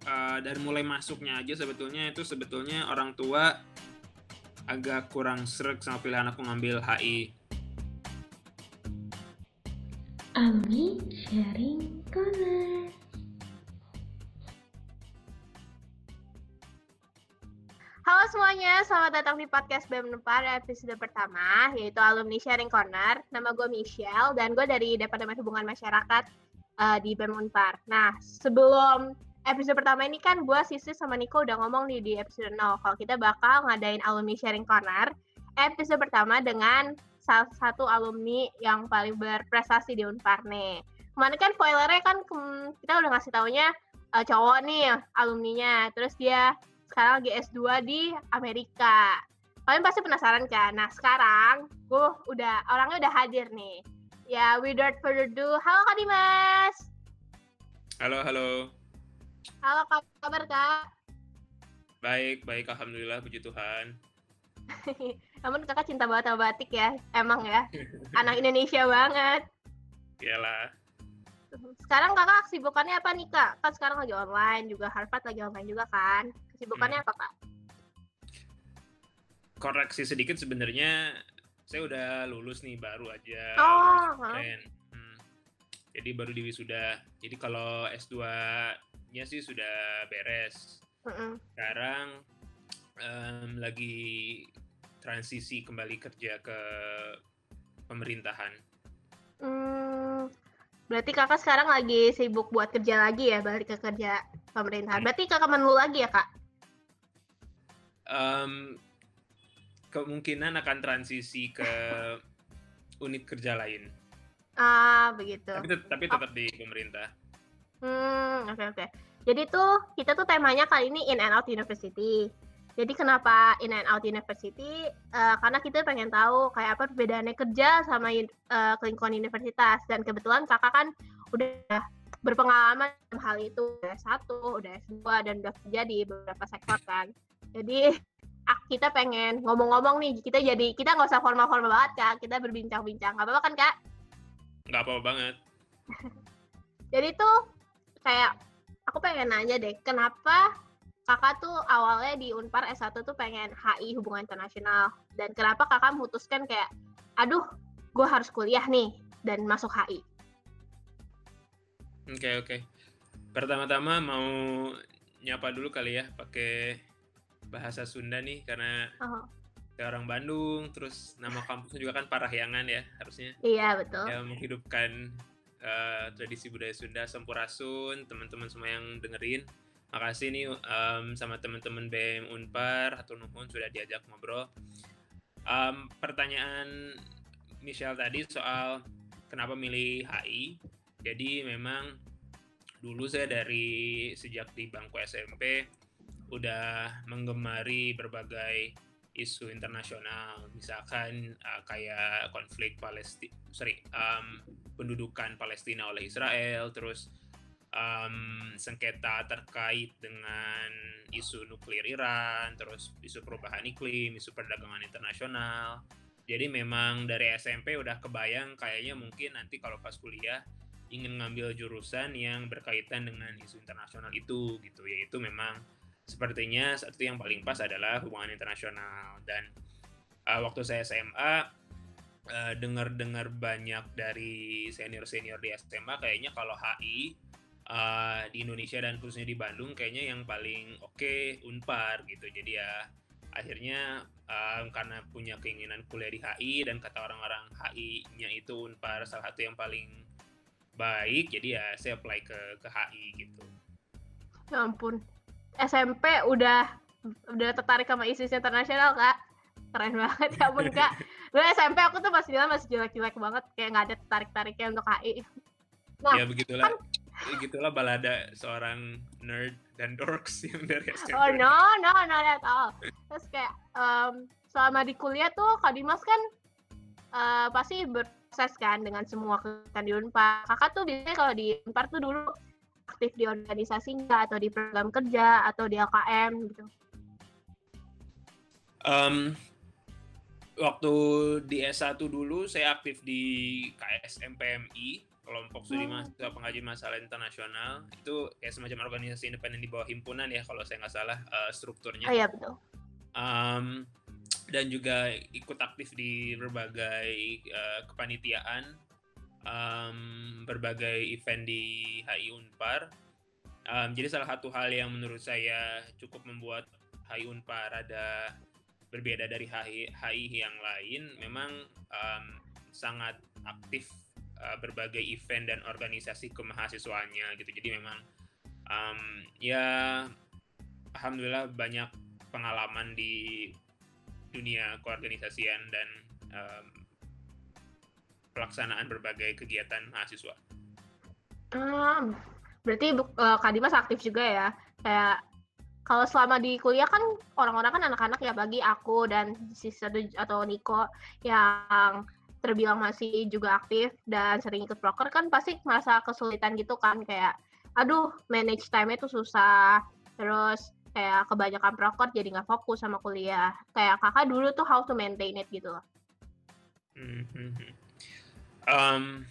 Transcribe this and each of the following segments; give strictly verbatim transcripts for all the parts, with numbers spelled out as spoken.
uh, dari mulai masuknya aja sebetulnya itu sebetulnya orang tua agak kurang sreg sama pilihan aku ngambil H I. Alumni Sharing Corner. Halo semuanya, selamat datang di podcast B E M Unpar episode pertama, yaitu Alumni Sharing Corner. Nama gue Michelle, dan gue dari Departemen Hubungan Masyarakat uh, di B E M Unpar. Nah, sebelum episode pertama ini kan gue, Sisi, sama Niko udah ngomong nih di episode nol, kalau kita bakal ngadain Alumni Sharing Corner episode pertama dengan salah satu alumni yang paling berprestasi di Unpar nih. Kemarin kan spoilernya kan kita udah ngasih taunya uh, cowok nih alumninya, terus dia sekarang lagi S dua di Amerika. Kalian pasti penasaran kan? Nah, sekarang gue udah, orangnya udah hadir nih. Ya, without further ado, halo Kak Dimas. Halo, halo. Halo, Kak, kabar Kak? Baik, baik, alhamdulillah, puji Tuhan. Namun kakak cinta banget sama batik ya, emang ya. Anak Indonesia banget. Iyalah. Sekarang kakak kesibukannya apa nih Kak? Kan sekarang lagi online juga, Harvard lagi online juga kan. Kesibukannya hmm. apa Kak? Koreksi sedikit, sebenarnya saya udah lulus nih, baru aja oh, lulus hmm. Jadi baru di wisuda. Jadi kalau S dua-nya sih sudah beres. Uh-uh. Sekarang um, lagi transisi kembali kerja ke pemerintahan. Hmm, berarti kakak sekarang lagi sibuk buat kerja lagi ya, balik ke kerja pemerintahan. Berarti kakak menlu lagi ya Kak? Um, kemungkinan akan transisi ke unit kerja lain. Ah, begitu. Tapi, tet- tapi tetap oh. di pemerintah. Hmm, oke okay, oke. Okay. Jadi tuh kita tuh temanya kali ini In and Out University. Jadi kenapa In and Out University? Uh, karena kita pengen tahu kayak apa perbedaannya kerja sama uh, lingkungan universitas. Dan kebetulan kakak kan udah berpengalaman dalam hal itu. Udah S satu, udah S dua, dan udah kerja di beberapa sektor kan. Jadi ah, kita pengen ngomong-ngomong nih. Kita jadi, kita nggak usah formal-formal banget Kak. Kita berbincang-bincang. Nggak apa-apa kan Kak? Nggak apa-apa banget. Jadi tuh kayak aku pengen nanya deh, kenapa kakak tuh awalnya di Unpar S satu tuh pengen H I Hubungan Internasional, dan kenapa kakak memutuskan kayak, aduh, gue harus kuliah nih dan masuk H I? Oke okay, oke. Okay. Pertama-tama mau nyapa dulu kali ya, pakai bahasa Sunda nih karena uh-huh. saya orang Bandung, terus nama kampusnya juga kan Parahyangan ya harusnya. Iya betul. Ya menghidupkan uh, tradisi budaya Sunda, Sampurasun, teman-teman semua yang dengerin. Makasih nih um, sama teman-teman B E M Unpar, hatur nuhun sudah diajak ngobrol. Um, pertanyaan Michelle tadi soal kenapa milih H I. Jadi memang dulu saya dari sejak di bangku S M P udah menggemari berbagai isu internasional, misalkan uh, kayak konflik Palestina, sorry, um, pendudukan Palestina oleh Israel, terus Um, sengketa terkait dengan isu nuklir Iran, terus isu perubahan iklim, isu perdagangan internasional. Jadi memang dari S M P udah kebayang kayaknya mungkin nanti kalau pas kuliah ingin ngambil jurusan yang berkaitan dengan isu internasional itu gitu, yaitu memang sepertinya satu yang paling pas adalah hubungan internasional. Dan uh, waktu saya S M A uh, dengar-dengar banyak dari senior-senior di S M A kayaknya kalau H I Uh, di Indonesia dan khususnya di Bandung kayaknya yang paling oke okay, Unpar gitu. Jadi ya akhirnya uh, karena punya keinginan kuliah di H I dan kata orang-orang H I-nya itu Unpar salah satu yang paling baik, jadi ya saya apply ke ke H I gitu. Ya ampun, S M P udah udah tertarik sama isu internasional Kak. Keren banget ya ampun Kak. Dulu S M P aku tuh masih masih jelek-jelek banget, kayak nggak ada tertarik-tariknya untuk H I. Nah, ya begitulah. Kan, gitulah balada seorang nerd dan dorks yang dari S M P. Oh no, no, not at all. Terus kayak um, selama di kuliah tuh Kak Dimas kan uh, pasti berproses kan dengan semua kegiatan di Unpar. Kakak tuh biasanya kalau di Unpar tuh dulu aktif di organisasi nggak, atau di program kerja, atau di L K M gitu? Um, waktu di S satu dulu saya aktif di K S M P M I, kelompok studi mahasiswa pengkaji masalah internasional. Itu kayak semacam organisasi independen di bawah himpunan ya kalau saya nggak salah uh, strukturnya. Oh iya betul. Um, dan juga ikut aktif di berbagai uh, kepanitiaan, um, berbagai event di H I Unpar. Um, jadi salah satu hal yang menurut saya cukup membuat H I Unpar ada berbeda dari H I, H I yang lain, memang um, sangat aktif uh, berbagai event dan organisasi kemahasiswaannya gitu. Jadi memang um, ya alhamdulillah banyak pengalaman di dunia keorganisasian dan um, pelaksanaan berbagai kegiatan mahasiswa. Hmm, berarti uh, Kak Dimas aktif juga ya. Kayak kalau selama di kuliah kan orang-orang kan anak-anak ya, bagi aku dan si satu atau Niko yang terbilang masih juga aktif dan sering ikut proker kan pasti merasa kesulitan gitu kan, kayak aduh manage time-nya tuh susah, terus kayak kebanyakan proker jadi nggak fokus sama kuliah. Kayak kakak dulu tuh how to maintain it gitu loh. Mm-hmm. Um,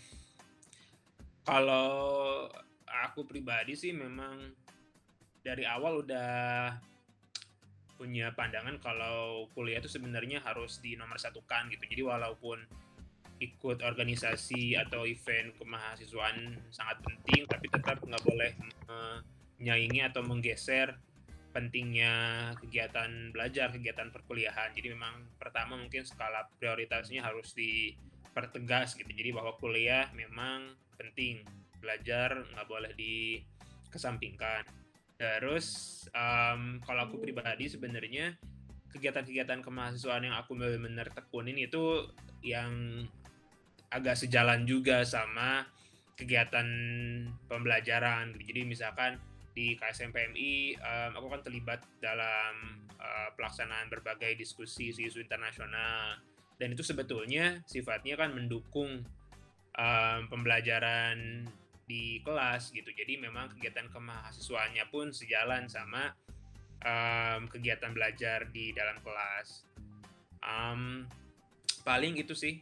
kalau aku pribadi sih memang dari awal udah punya pandangan kalau kuliah itu sebenarnya harus dinomorsatukan gitu. Jadi walaupun ikut organisasi atau event kemahasiswaan sangat penting, tapi tetap nggak boleh menyaingi atau menggeser pentingnya kegiatan belajar, kegiatan perkuliahan. Jadi memang pertama mungkin skala prioritasnya harus dipertegas gitu. Jadi bahwa kuliah memang penting, belajar nggak boleh dikesampingkan. Terus um, kalau aku pribadi sebenarnya kegiatan-kegiatan kemahasiswaan yang aku benar-benar tekunin itu yang agak sejalan juga sama kegiatan pembelajaran. Jadi misalkan di K S M P M I um, aku kan terlibat dalam uh, pelaksanaan berbagai diskusi isu internasional, dan itu sebetulnya sifatnya kan mendukung um, pembelajaran di kelas gitu. Jadi memang kegiatan kemahasiswaannya pun sejalan sama um, kegiatan belajar di dalam kelas. Um, paling itu sih.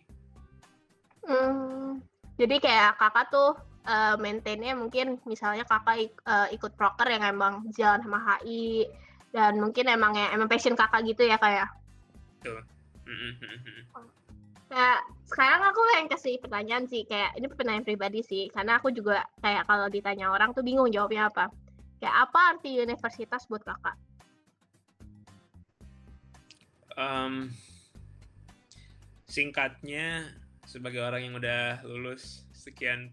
Hmm, jadi kayak kakak tuh uh, maintain-nya mungkin misalnya kakak ik- uh, ikut proker yang emang jalan sama H I dan mungkin emang ya emang passion kakak gitu ya kayak. Tuh. Kayak sekarang aku yang kasih pertanyaan sih, kayak ini pertanyaan pribadi sih, karena aku juga kayak kalau ditanya orang tuh bingung jawabnya apa. Kayak apa arti universitas buat kakak? Um, singkatnya, sebagai orang yang udah lulus sekian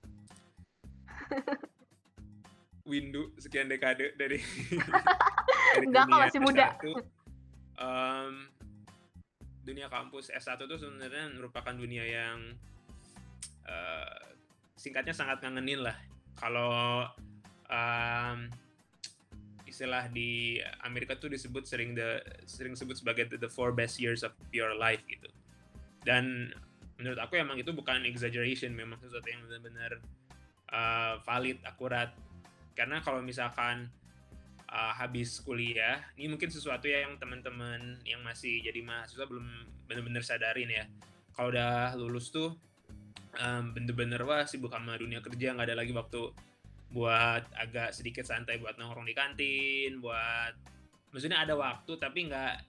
windu, sekian dekade dari, dari Enggak, kok masih muda. S satu, um, dunia kampus S satu itu sebenarnya merupakan dunia yang uh, singkatnya sangat ngangenin lah. Kalau um, istilah di Amerika tuh disebut sering the sering sebut sebagai the, the four best years of your life gitu. Dan menurut aku emang itu bukan exaggeration, memang sesuatu yang benar-benar uh, valid, akurat. Karena kalau misalkan Uh, habis kuliah, ini mungkin sesuatu yang teman-teman yang masih jadi mahasiswa belum benar-benar sadarin ya. Kalau udah lulus tuh um, bener-bener wah sibuk sama dunia kerja, nggak ada lagi waktu buat agak sedikit santai, buat nongkrong di kantin, buat maksudnya ada waktu tapi nggak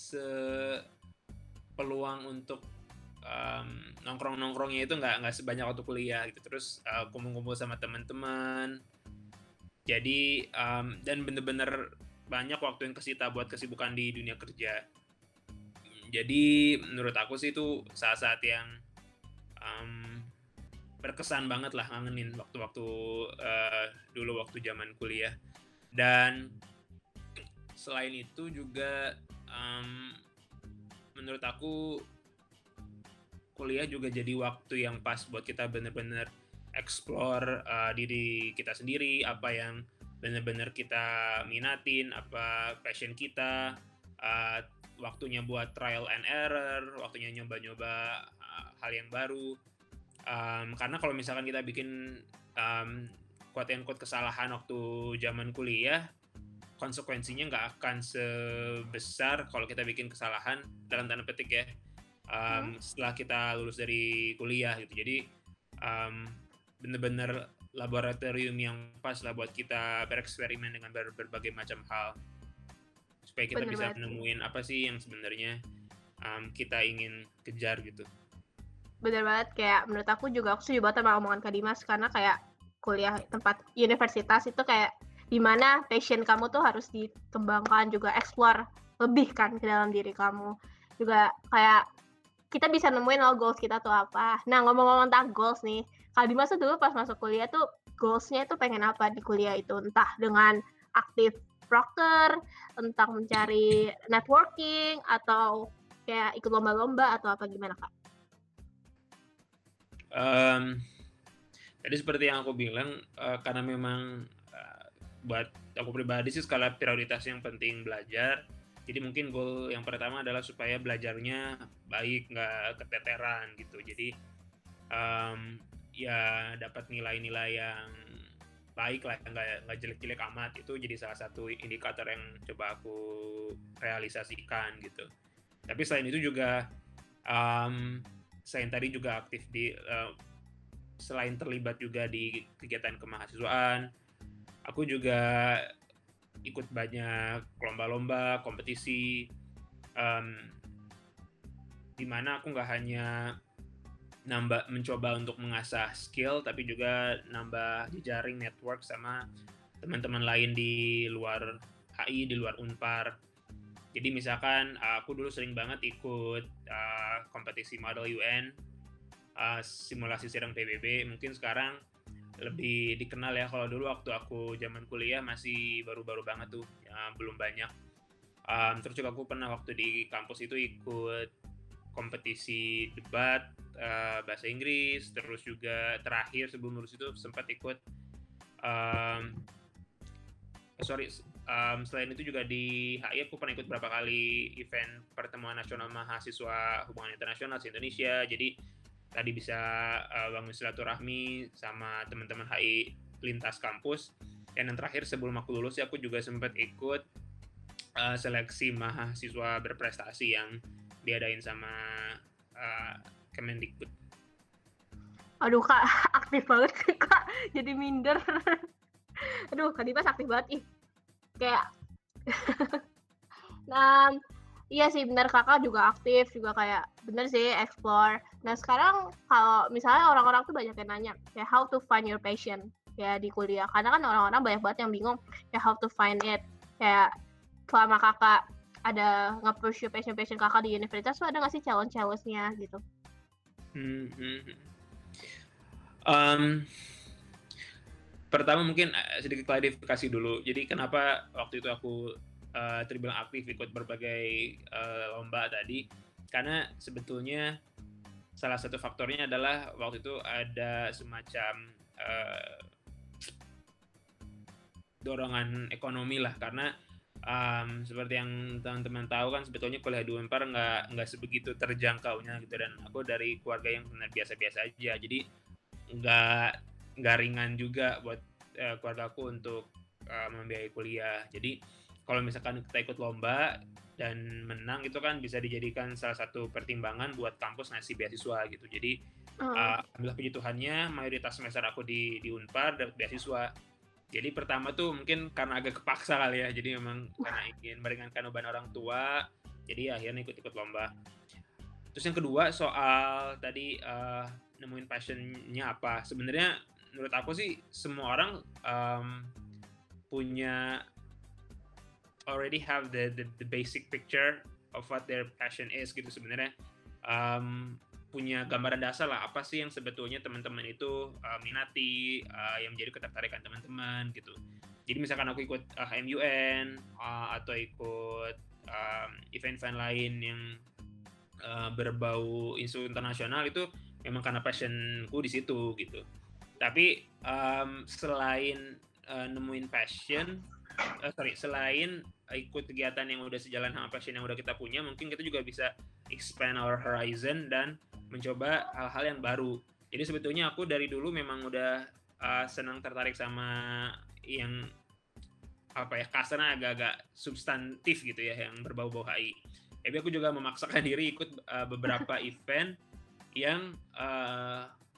sepeluang untuk um, nongkrong-nongkrongnya itu nggak nggak sebanyak waktu kuliah gitu. Terus uh, kumpul-kumpul sama teman-teman. Jadi um, dan bener-bener banyak waktu yang kesita buat kesibukan di dunia kerja. Jadi menurut aku sih itu saat-saat yang um, berkesan banget lah, ngangenin waktu-waktu uh, dulu waktu zaman kuliah. Dan selain itu juga um, menurut aku kuliah juga jadi waktu yang pas buat kita bener-bener explore uh, diri kita sendiri, apa yang benar-benar kita minatin, apa passion kita, uh, waktunya buat trial and error, waktunya nyoba-nyoba uh, hal yang baru. Um, karena kalau misalkan kita bikin um, quote and quote kesalahan waktu zaman kuliah, konsekuensinya nggak akan sebesar kalau kita bikin kesalahan dalam tanda petik ya um, hmm. setelah kita lulus dari kuliah gitu. Jadi um, bener-bener laboratorium yang pas lah buat kita bereksperimen dengan ber- berbagai macam hal supaya kita Bener bisa banget sih. menemuin apa sih yang sebenarnya um, kita ingin kejar gitu. Bener banget, kayak menurut aku juga aku setuju banget sama omongan Kak Dimas, karena kayak kuliah tempat universitas itu kayak dimana passion kamu tuh harus dikembangkan, juga explore lebih kan ke dalam diri kamu. Juga kayak kita bisa nemuin oh goals kita tuh apa. Nah, ngomong-ngomong tentang goals nih, Kak Dimas tuh dulu pas masuk kuliah tuh goals-nya itu pengen apa di kuliah itu? Entah dengan aktif proker, tentang mencari networking, atau kayak ikut lomba-lomba, atau apa gimana Kak? Um, Jadi seperti yang aku bilang, uh, karena memang uh, buat aku pribadi sih skala prioritas yang penting belajar. Jadi mungkin goal yang pertama adalah supaya belajarnya baik, nggak keteteran gitu. Jadi um, ya dapat nilai-nilai yang baik lah, nggak nggak jelek-jelek amat. Itu jadi salah satu indikator yang coba aku realisasikan gitu. Tapi selain itu juga um, selain tadi juga aktif di uh, selain terlibat juga di kegiatan kemahasiswaan, aku juga ikut banyak lomba-lomba, kompetisi, um, di mana aku nggak hanya nambah mencoba untuk mengasah skill, tapi juga nambah jejaring network sama teman-teman lain di luar H I, di luar Unpar. Jadi misalkan aku dulu sering banget ikut uh, kompetisi Model U N, uh, simulasi sidang P B B. Mungkin sekarang lebih dikenal ya. Kalau dulu waktu aku zaman kuliah masih baru-baru banget tuh, ya, belum banyak. Um, terus juga aku pernah waktu di kampus itu ikut kompetisi debat uh, bahasa Inggris. Terus juga terakhir sebelum lulus itu sempat ikut um, sorry um, selain itu juga di H I aku pernah ikut beberapa kali event pertemuan nasional mahasiswa hubungan internasional di Indonesia. Jadi tadi bisa uh, bangun silaturahmi sama teman-teman H I lintas kampus. Dan yang terakhir sebelum aku lulus ya aku juga sempat ikut uh, seleksi mahasiswa berprestasi yang diadain sama uh, Kemendikbud. Aduh Kak, aktif banget sih Kak, jadi minder. Aduh, Kak Dimas aktif banget ih. Kayak nah, iya sih benar, Kakak juga aktif, juga kayak bener sih explore. Nah sekarang kalau misalnya orang-orang tuh banyak yang nanya kayak how to find your passion ya di kuliah, karena kan orang-orang banyak banget yang bingung ya how to find it. Kayak selama Kakak ada nge-pursue passion-passion Kakak di universitas tuh ada nggak sih challenge-challenge-nya gitu? Hmm, hmm. Um, pertama mungkin sedikit klarifikasi dulu. Jadi kenapa waktu itu aku uh, terbilang aktif ikut berbagai uh, lomba tadi? Karena sebetulnya salah satu faktornya adalah waktu itu ada semacam uh, dorongan ekonomi lah, karena um, seperti yang teman-teman tahu kan sebetulnya kuliah di Unpar nggak nggak sebegitu terjangkaunya gitu, dan aku dari keluarga yang benar biasa-biasa aja, jadi nggak nggak ringan juga buat uh, keluarga aku untuk uh, membiayai kuliah. Jadi kalau misalkan kita ikut lomba dan menang itu kan bisa dijadikan salah satu pertimbangan buat kampus ngasih beasiswa gitu. Jadi uh, alhamdulillah puji Tuhannya mayoritas semester aku di di Unpar dapat beasiswa. Jadi pertama tuh mungkin karena agak kepaksa kali ya, jadi memang karena ingin meringankan beban orang tua, jadi akhirnya ikut-ikut lomba. Terus yang kedua soal tadi uh, nemuin passionnya apa, sebenarnya menurut aku sih semua orang um, punya already have the, the the basic picture of what their passion is gitu sebenarnya. Um, punya gambaran dasar lah apa sih yang sebetulnya teman-teman itu uh, minati, uh, yang menjadi ketertarikan teman-teman gitu. Jadi misalkan aku ikut uh, M U N uh, atau ikut um, event-event lain yang uh, berbau isu internasional, itu memang karena passionku di situ gitu. Tapi um, selain uh, nemuin passion, uh, sorry, selain ikut kegiatan yang udah sejalan sama passion yang udah kita punya, mungkin kita juga bisa expand our horizon dan mencoba hal-hal yang baru. Jadi sebetulnya aku dari dulu memang udah uh, senang tertarik sama yang apa ya, kasarnya agak-agak substantif gitu ya, yang berbau-bau H I. Tapi aku juga memaksakan diri ikut uh, beberapa event yang uh,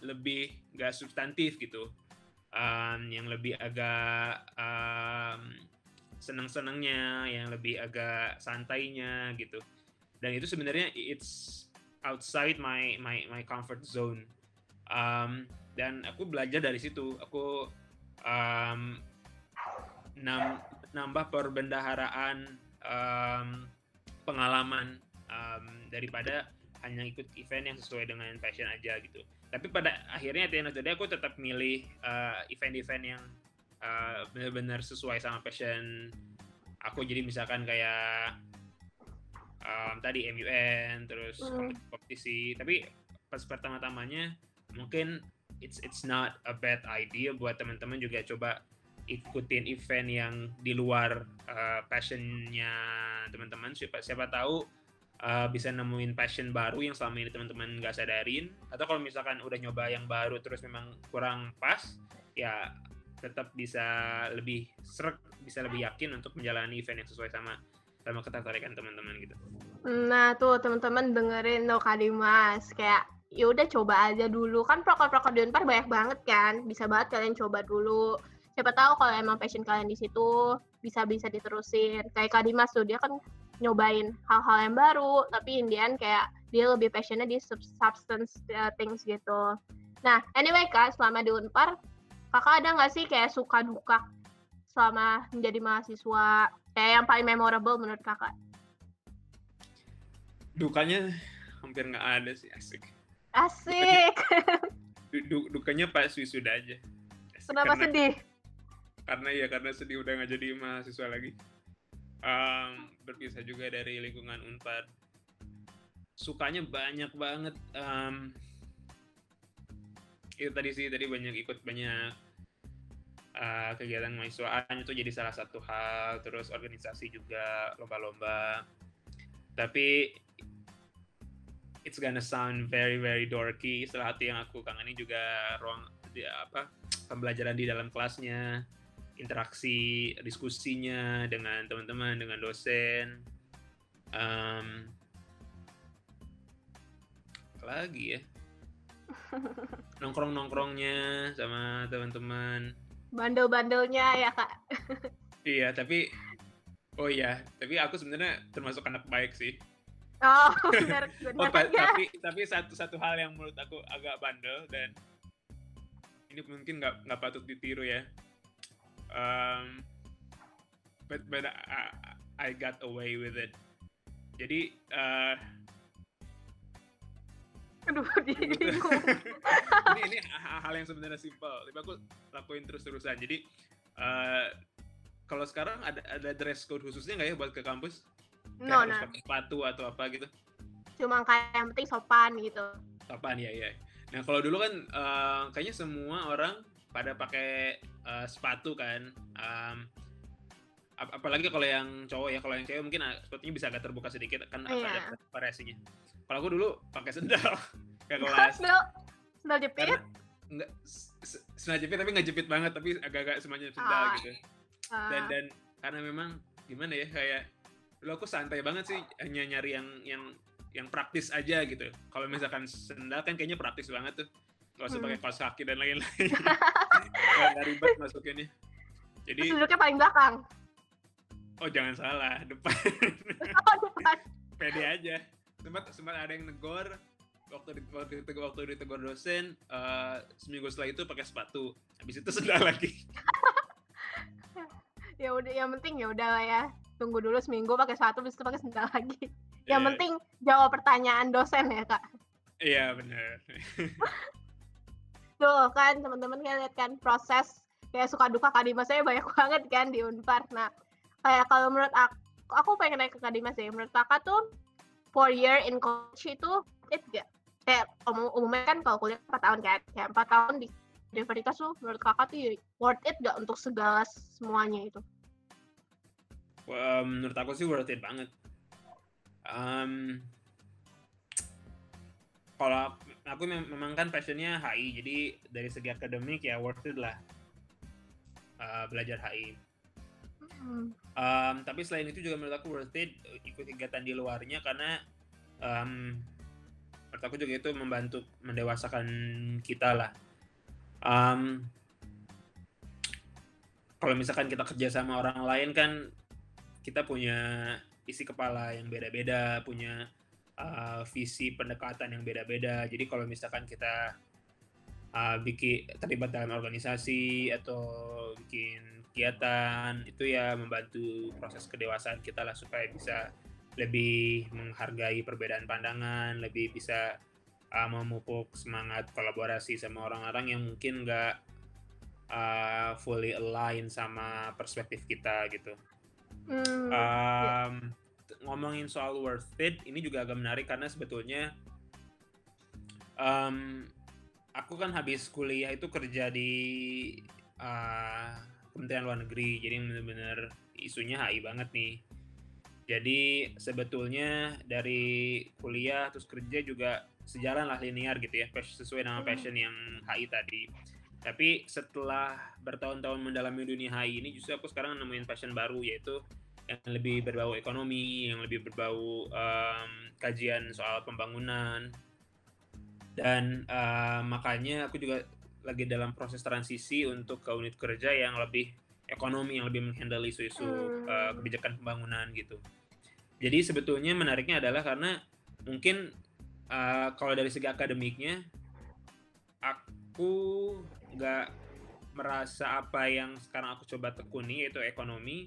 lebih nggak substantif gitu, um, yang lebih agak um, seneng-senengnya, yang lebih agak santainya gitu. Dan itu sebenarnya it's outside my my my comfort zone. Um, dan aku belajar dari situ. Aku um, nam, nambah perbendaharaan um, pengalaman um, daripada hanya ikut event yang sesuai dengan passion aja gitu. Tapi pada akhirnya at the end of the day aku tetap milih uh, event-event yang uh, benar-benar sesuai sama passion aku. Jadi misalkan kayak um, tadi M U N, terus kompetisi. Tapi pas pertama-tamanya mungkin it's it's not a bad idea buat teman-teman juga coba ikutin event yang di luar uh, passionnya teman-teman. Siapa siapa tahu uh, bisa nemuin passion baru yang selama ini teman-teman nggak sadarin. Atau kalau misalkan udah nyoba yang baru terus memang kurang pas, ya tetap bisa lebih sreg, bisa lebih yakin untuk menjalani event yang sesuai sama sama ketertarikan teman-teman gitu. Nah tuh teman-teman dengerin tuh Kak Dimas, kayak ya udah coba aja dulu, kan proker-proker di Unpar banyak banget kan, bisa banget kalian coba dulu. Siapa tahu kalau emang passion kalian di situ bisa bisa diterusin. Kayak Kak Dimas tuh, dia kan nyobain hal-hal yang baru, tapi in the end kayak dia lebih passionnya di substance uh, things gitu. Nah anyway Kak, selama di Unpar Kakak ada nggak sih kayak suka duka selama menjadi mahasiswa, kayak yang paling memorable menurut Kakak? Dukanya hampir nggak ada sih, asik. Asik. Dukanya, dukanya pas wisuda aja. Asik. Kenapa karena, sedih? Karena ya karena sedih udah nggak jadi mahasiswa lagi. Um, berpisah juga dari lingkungan Unpar. Sukanya banyak banget. Um, itu tadi sih, tadi banyak ikut banyak uh, kegiatan mahasiswaan, itu jadi salah satu hal. Terus organisasi juga, lomba-lomba. Tapi it's gonna sound very very dorky, salah satu yang aku kangenin juga ruang di, apa pembelajaran di dalam kelasnya, interaksi diskusinya dengan teman-teman, dengan dosen, um, apa lagi ya, nongkrong-nongkrongnya sama teman-teman, bandel-bandelnya ya Kak. Iya, tapi oh iya, tapi aku sebenarnya termasuk anak baik sih. Oh, benar, benar oh, aja. Tapi tapi satu satu hal yang menurut aku agak bandel dan ini mungkin nggak nggak patut ditiru ya. Um, but but I, I got away with it. Jadi uh, aduh, ini ini hal yang sebenarnya simpel, tapi aku lakuin terus-terusan. Jadi uh, kalau sekarang ada ada dress code khususnya nggak ya buat ke kampus? No, harus no. pakai sepatu atau apa gitu? Cuma kayak yang penting sopan gitu. Sopan ya ya. Nah kalau dulu kan uh, kayaknya semua orang pada pakai uh, sepatu kan. Um, ap- apalagi kalau yang cowok ya, kalau yang cewek mungkin sepatunya bisa agak terbuka sedikit kan, yeah. Ada variasinya. Kalau aku dulu pakai sendal ke kelas. Sendal, sendal jepit? Karena, enggak, sendal jepit tapi nggak jepit banget, tapi agak-agak semacam sendal ah. gitu. Ah. Dan dan karena memang gimana ya, kayak lo aku santai banget sih, hanya nyari yang yang yang praktis aja gitu. Kalau misalkan sendal kan kayaknya praktis banget tuh, nggak usah hmm. pakai kaos kaki dan lain-lain. Nggak ribet masukinnya. Jadi terus duduknya paling belakang. Oh jangan salah, depan. Oh depan. Pede aja. Sempat sempat ada yang negor waktu di, waktu ditegur, waktu ditegur dosen, uh, seminggu setelah itu pakai sepatu, habis itu sendal lagi. Ya udah, yang penting ya udah lah ya. Tunggu dulu seminggu pakai sepatu, habis itu pakai sendal lagi. Yang yeah. penting jawab pertanyaan dosen ya Kak. Iya yeah, benar. Tuh kan teman-teman kan lihat kan proses kayak suka duka Kak Dimas saya banyak banget kan di Unpar. Nah kayak kalau menurut aku, aku pengen naik ke Kak Dimas ya. Menurut Kakak tuh four year in college itu it gak? Kayak umum, umumnya kan kalau kuliah empat tahun kan, kayak empat tahun di universitas tuh menurut Kakak tuh worth it gak untuk segala semuanya itu? Well, menurut aku sih worth it banget. Um, kalau aku memang kan passionnya H I, jadi dari segi akademik ya worth it lah uh, belajar H I. Mm. Um, tapi selain itu juga menurut aku worth it ikut kegiatan di luarnya, karena um, menurut aku juga itu membantu mendewasakan kita lah. Um, kalau misalkan kita kerja sama orang lain kan kita punya isi kepala yang beda-beda, punya uh, visi pendekatan yang beda-beda. Jadi kalau misalkan kita uh, bikin terlibat dalam organisasi atau bikin kegiatan, itu ya membantu proses kedewasaan kita lah supaya bisa lebih menghargai perbedaan pandangan, lebih bisa uh, memupuk semangat kolaborasi sama orang-orang yang mungkin nggak uh, fully align sama perspektif kita gitu. Hmm, um, yeah. Ngomongin soal worth it, ini juga agak menarik karena sebetulnya um, aku kan habis kuliah itu kerja di uh, Kementerian Luar Negeri, jadi benar-benar isunya H I banget nih. Jadi sebetulnya dari kuliah terus kerja juga sejalan lah, linear gitu ya, sesuai dengan passion yang H I tadi. Tapi setelah bertahun-tahun mendalami dunia H I ini, justru aku sekarang nemuin passion baru, yaitu yang lebih berbau ekonomi, yang lebih berbau um, kajian soal pembangunan. Dan uh, makanya aku juga lagi dalam proses transisi untuk ke unit kerja yang lebih ekonomi, yang lebih menghandle isu-isu uh, kebijakan pembangunan gitu. Jadi sebetulnya menariknya adalah karena mungkin uh, kalau dari segi akademiknya aku nggak merasa apa yang sekarang aku coba tekuni, yaitu ekonomi,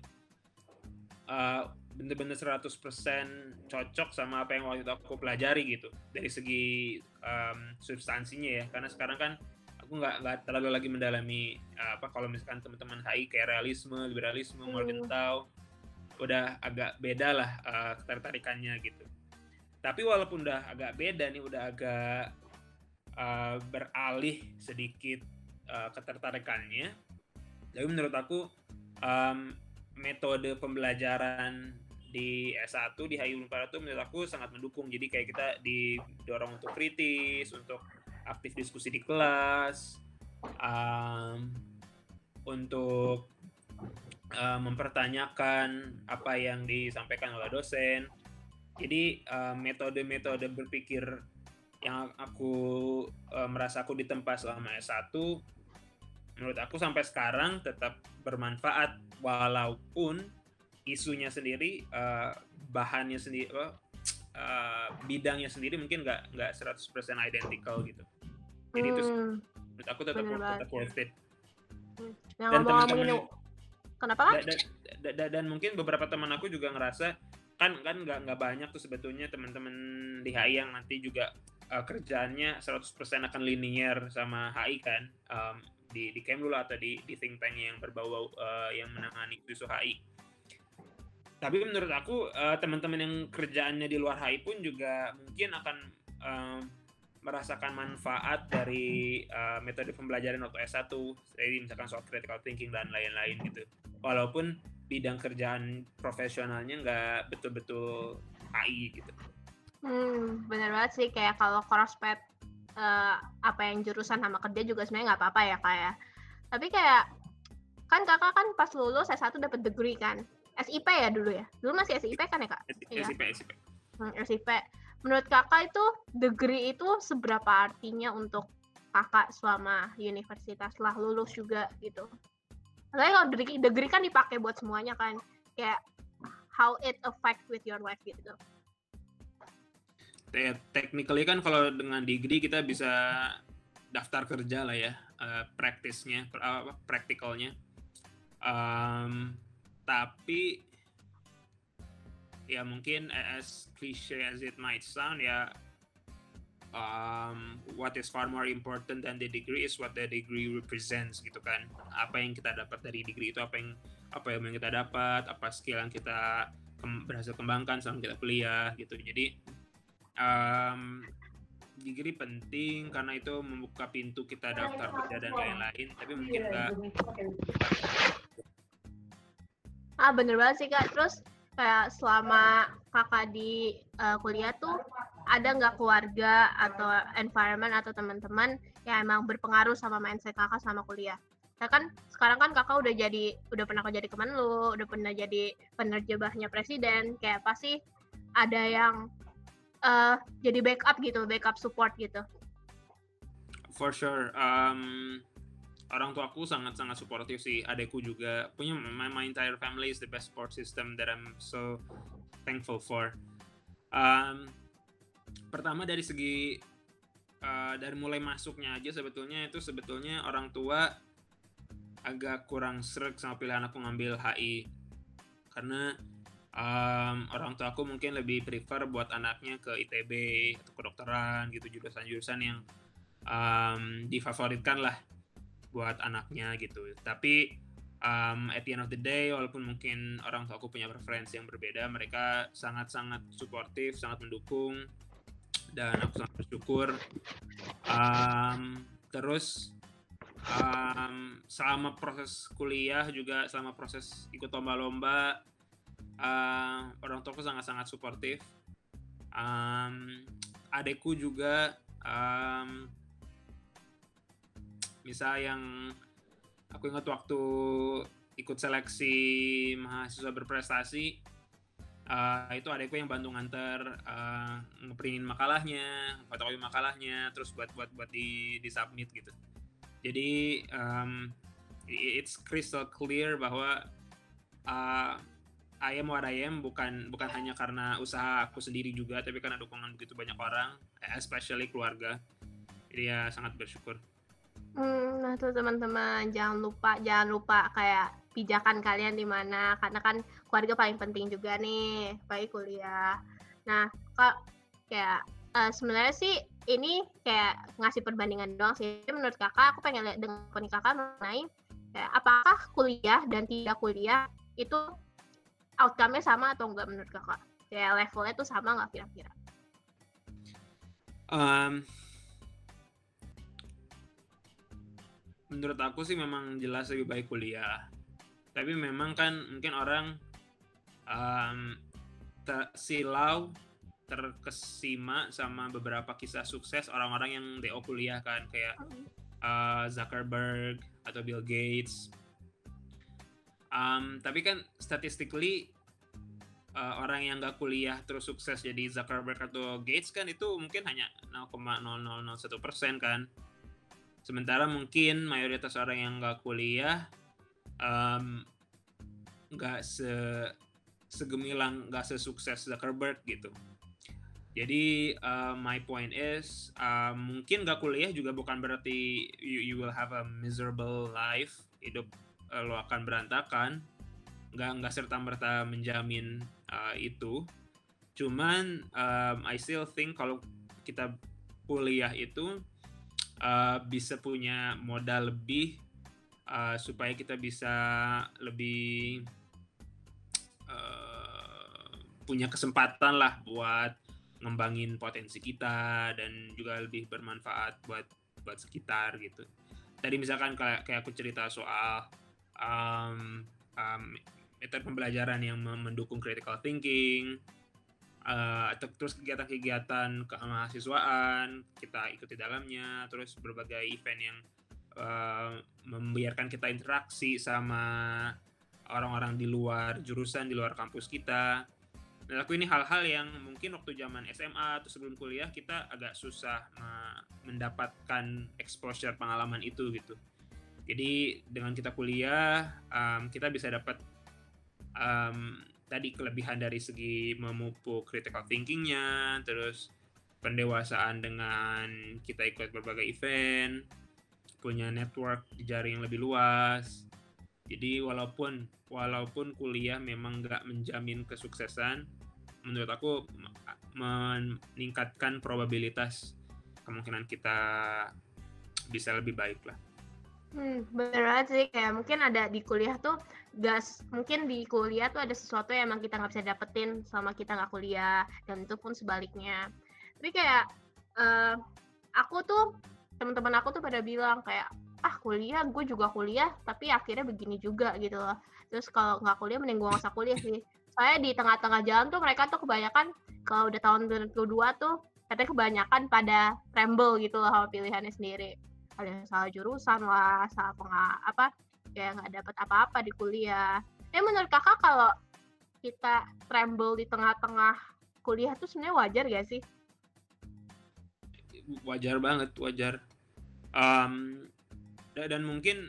uh, bener-bener seratus persen cocok sama apa yang waktu itu aku pelajari gitu dari segi um, substansinya ya. Karena sekarang kan aku nggak nggak terlalu lagi mendalami uh, apa kalau misalkan teman-teman H I kayak realisme, liberalisme, Morgenthau, udah agak beda lah uh, ketertarikannya gitu. Tapi walaupun udah agak beda nih, udah agak uh, beralih sedikit uh, ketertarikannya, tapi menurut aku um, metode pembelajaran di S satu di H I Unpar itu menurut aku sangat mendukung. Jadi kayak kita didorong untuk kritis, untuk aktif diskusi di kelas, um, untuk uh, mempertanyakan apa yang disampaikan oleh dosen. Jadi uh, metode-metode berpikir yang aku uh, merasa aku ditempa selama S satu, menurut aku sampai sekarang tetap bermanfaat, walaupun isunya sendiri, uh, bahannya sendiri, uh, bidangnya sendiri mungkin nggak nggak seratus persen identical gitu. Jadi hmm, itu menurut aku tetap tetap worth it. Hmm. Dan teman-teman, kenapa? Dan, dan, dan, dan mungkin beberapa teman aku juga ngerasa kan kan nggak nggak banyak tuh sebetulnya teman-teman di H I yang nanti juga uh, kerjaannya seratus persen akan linear sama H I kan, um, di di Kemlu atau di di think tank yang berbau uh, yang menangani isu H I. Tapi menurut aku uh, teman-teman yang kerjaannya di luar H I pun juga mungkin akan uh, merasakan manfaat dari uh, metode pembelajaran waktu S satu, jadi misalkan soal critical thinking dan lain-lain gitu. Walaupun bidang kerjaan profesionalnya nggak betul-betul H I gitu. Hmm, benar banget sih, kayak kalau crosspath uh, apa yang jurusan sama kerja juga sebenarnya nggak apa-apa ya kayak. Tapi kayak kan kakak kan pas lulus S satu dapat degree kan, S I P ya dulu ya, dulu masih S I P kan ya kak? S I P, ya. S I P. Hmm, S I P. Menurut kakak itu degree itu seberapa artinya untuk kakak selama universitas setelah lulus juga gitu? Soalnya kalau degree, degree kan dipakai buat semuanya kan, kayak how it affect with your life gitu. Technically kan kalau dengan degree kita bisa daftar kerja lah ya, uh, praktisnya, uh, practicalnya. Um, tapi ya mungkin as cliche as it might sound ya, um, what is far more important than the degree is what the degree represents gitu kan. Apa yang kita dapat dari degree itu, apa yang apa yang kita dapat, apa skill yang kita ke- berhasil kembangkan selama kita kuliah gitu. Jadi um, degree penting karena itu membuka pintu kita daftar kerja dan lain-lain, tapi mungkin enggak. Ah bener banget sih kak. Terus kayak selama kakak di uh, kuliah tuh ada nggak keluarga atau environment atau teman-teman yang emang berpengaruh sama mindset kakak sama kuliah? Nah kan sekarang kan kakak udah jadi udah pernah kerja di Kemenlu, udah pernah jadi penerjemahnya presiden, kayak pasti ada yang uh, jadi backup gitu, backup support gitu? For sure. Um, orang tua aku sangat-sangat suportif sih. Adekku juga punya, my, my entire family is the best support system that I'm so thankful for. Um, pertama dari segi uh, dari mulai masuknya aja sebetulnya itu sebetulnya orang tua agak kurang sreg sama pilihan aku ngambil H I karena um, orang tua aku mungkin lebih prefer buat anaknya ke I T B atau kedokteran gitu, jurusan-jurusan yang um, difavoritkan lah buat anaknya gitu. Tapi um, at the end of the day, walaupun mungkin orang tua aku punya preferensi yang berbeda, mereka sangat-sangat suportif, sangat mendukung, dan aku sangat bersyukur. Um, terus um, selama proses kuliah juga, selama proses ikut lomba-lomba, uh, orang tua aku sangat-sangat suportif. Um, adekku juga um, misal yang aku ingat waktu ikut seleksi mahasiswa berprestasi, uh, itu adekku yang bantu nganter, uh, ngeprintin makalahnya, fotokopi makalahnya, terus buat buat buat di di submit gitu. Jadi um, it's crystal clear bahwa uh, I am what I am bukan bukan hanya karena usaha aku sendiri juga, tapi karena dukungan begitu banyak orang, especially keluarga. Jadi ya sangat bersyukur. Hmm, nah tuh teman-teman, jangan lupa jangan lupa kayak pijakan kalian di mana, karena kan keluarga paling penting juga nih, baik kuliah. Nah, kak kayak uh, sebenarnya sih ini kayak ngasih perbandingan doang sih. Menurut kakak, aku pengen lihat dengan opini kakak mengenai kayak apakah kuliah dan tidak kuliah itu outcome-nya sama atau enggak menurut kakak? Kayak levelnya tuh sama nggak kira-kira? Um, menurut aku sih memang jelas lebih baik kuliah. Tapi memang kan mungkin orang um, tersilau, terkesima sama beberapa kisah sukses orang-orang yang D O kuliah kan, kayak uh, Zuckerberg atau Bill Gates. Um, tapi kan statistically uh, orang yang nggak kuliah terus sukses jadi Zuckerberg atau Gates kan itu mungkin hanya nol koma nol nol nol satu persen kan. Sementara mungkin mayoritas orang yang nggak kuliah nggak um, se segemilang, nggak sesukses Zuckerberg gitu. Jadi uh, my point is uh, mungkin nggak kuliah juga bukan berarti you, you will have a miserable life, hidup uh, lo akan berantakan, nggak nggak serta merta menjamin uh, itu. Cuman um, I still think kalau kita kuliah itu Uh, bisa punya modal lebih uh, supaya kita bisa lebih uh, punya kesempatan lah buat ngembangin potensi kita dan juga lebih bermanfaat buat buat sekitar gitu. Tadi misalkan kayak kayak aku cerita soal um, um, metode pembelajaran yang mendukung critical thinking. Uh, atau terus kegiatan-kegiatan kemahasiswaan kita ikut di dalamnya, terus berbagai event yang uh, membiarkan kita interaksi sama orang-orang di luar jurusan, di luar kampus kita. Dan aku ini hal-hal yang mungkin waktu zaman S M A atau sebelum kuliah kita agak susah uh, mendapatkan exposure pengalaman itu gitu. Jadi dengan kita kuliah um, kita bisa dapat um, tadi kelebihan dari segi memupuk critical thinking-nya, terus pendewasaan dengan kita ikut berbagai event, punya network jaring yang lebih luas. Jadi walaupun walaupun kuliah memang nggak menjamin kesuksesan, menurut aku meningkatkan probabilitas kemungkinan kita bisa lebih baik lah. Hmm, bener banget sih, kayak mungkin ada di kuliah tuh gas, mungkin di kuliah tuh ada sesuatu yang emang kita nggak bisa dapetin selama kita nggak kuliah, dan itu pun sebaliknya. Tapi kayak uh, aku tuh, teman-teman aku tuh pada bilang kayak, ah kuliah, gue juga kuliah, tapi akhirnya begini juga gitu loh. Terus kalau nggak kuliah, mending gue nggak usah kuliah sih. Soalnya di tengah-tengah jalan tuh mereka tuh kebanyakan, kalau udah tahun dua ribu dua tuh, katanya kebanyakan pada tremble gitu loh sama pilihannya sendiri. Ada yang salah jurusan lah, salah penga, apa kayak nggak dapat apa-apa di kuliah. Eh menurut kakak kalau kita tremble di tengah-tengah kuliah tuh sebenarnya wajar gak sih? wajar banget, wajar. Um, dan mungkin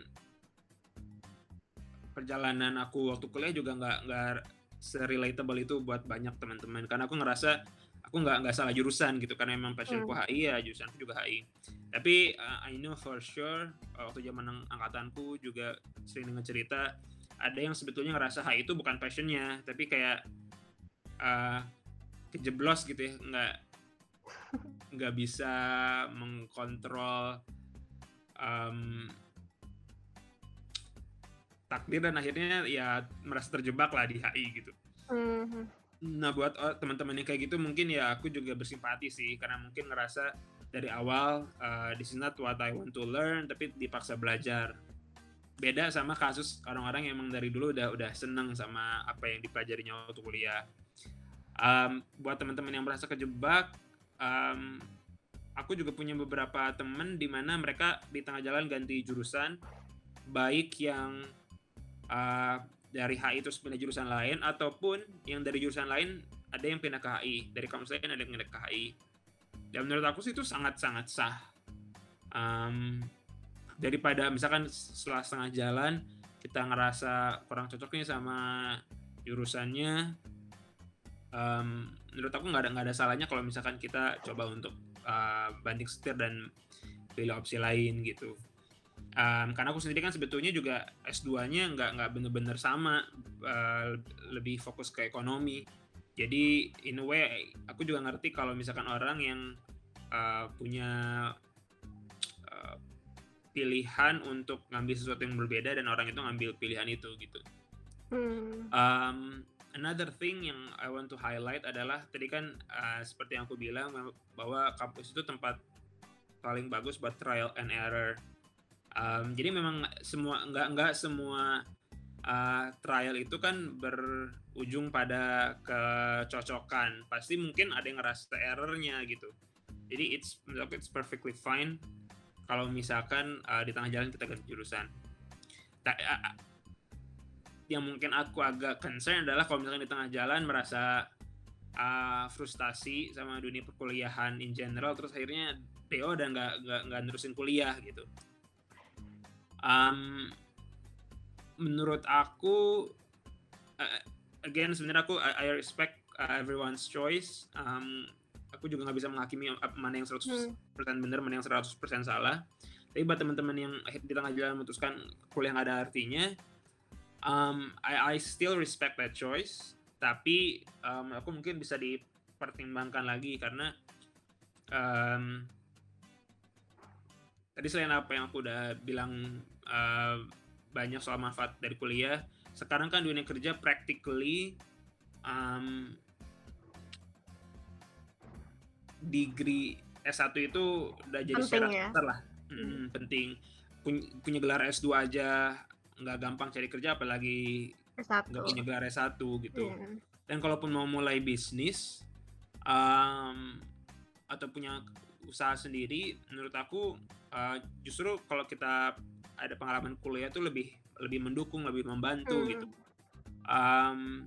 perjalanan aku waktu kuliah juga nggak nggak se-relatable itu buat banyak teman-teman, karena aku ngerasa aku nggak nggak salah jurusan gitu, karena emang passionku Hmm. H I, ya jurusanku juga H I. Tapi uh, I know for sure waktu zaman angkatanku juga sering dengar cerita ada yang sebetulnya ngerasa H I itu bukan passionnya, tapi kayak uh, kejeblos gitu ya, nggak nggak bisa mengkontrol um, takdir dan akhirnya ya merasa terjebak lah di H I gitu. Mm-hmm. Nah buat oh, teman-teman yang kayak gitu mungkin ya aku juga bersimpati sih, karena mungkin ngerasa dari awal uh, this is not what I want to learn, tapi dipaksa belajar. Beda sama kasus orang-orang yang emang dari dulu udah udah seneng sama apa yang dipelajarinya waktu kuliah. Um, buat teman-teman yang merasa kejebak, um, aku juga punya beberapa teman di mana mereka di tengah jalan ganti jurusan, baik yang uh, dari H I terus pindah jurusan lain, ataupun yang dari jurusan lain ada yang pindah ke H I, dari kampus lain ada yang pindah ke H I. Dan menurut aku sih itu sangat-sangat sah. Um, daripada misalkan setelah setengah jalan kita ngerasa kurang cocok nih sama jurusannya, um, menurut aku nggak ada nggak ada salahnya kalau misalkan kita coba untuk uh, banting setir dan pilih opsi lain gitu. Um, karena aku sendiri kan sebetulnya juga S dua-nya nggak nggak bener-bener sama, uh, lebih fokus ke ekonomi. Jadi in a way aku juga ngerti kalau misalkan orang yang uh, punya uh, pilihan untuk ngambil sesuatu yang berbeda dan orang itu ngambil pilihan itu gitu. Hmm. Um, another thing yang I want to highlight adalah tadi kan uh, seperti yang aku bilang bahwa kampus itu tempat paling bagus buat trial and error. Um, jadi memang semua nggak nggak semua uh, trial itu kan berujung pada kecocokan. Pasti mungkin ada yang ngerasa errornya gitu. Jadi it's it's perfectly fine kalau misalkan uh, di tengah jalan kita ganti jurusan. Ta- uh, yang mungkin aku agak concern adalah kalau misalkan di tengah jalan merasa uh, frustasi sama dunia perkuliahan in general, terus akhirnya P O dan nggak nggak nggak nerusin kuliah gitu. Um, menurut aku, uh, again sebenarnya aku I, I respect uh, everyone's choice. Um, aku juga nggak bisa menghakimi mana yang seratus persen benar, mana yang seratus persen salah. Tapi buat teman-teman yang di tengah jalan memutuskan kuliah nggak ada artinya, um, I, I still respect that choice. Tapi um, aku mungkin bisa dipertimbangkan lagi karena um, tadi selain apa yang aku udah bilang uh, banyak soal manfaat dari kuliah, sekarang kan dunia kerja practically um, degree S satu itu udah jadi penting syarat ya? besar lah. Hmm, hmm. Penting. Punya, punya gelar S dua aja nggak gampang cari kerja, apalagi nggak punya gelar S satu gitu. Hmm. Dan kalaupun mau mulai bisnis um, atau punya usaha sendiri, menurut aku uh, justru kalau kita ada pengalaman kuliah tuh lebih lebih mendukung, lebih membantu hmm. gitu. Um,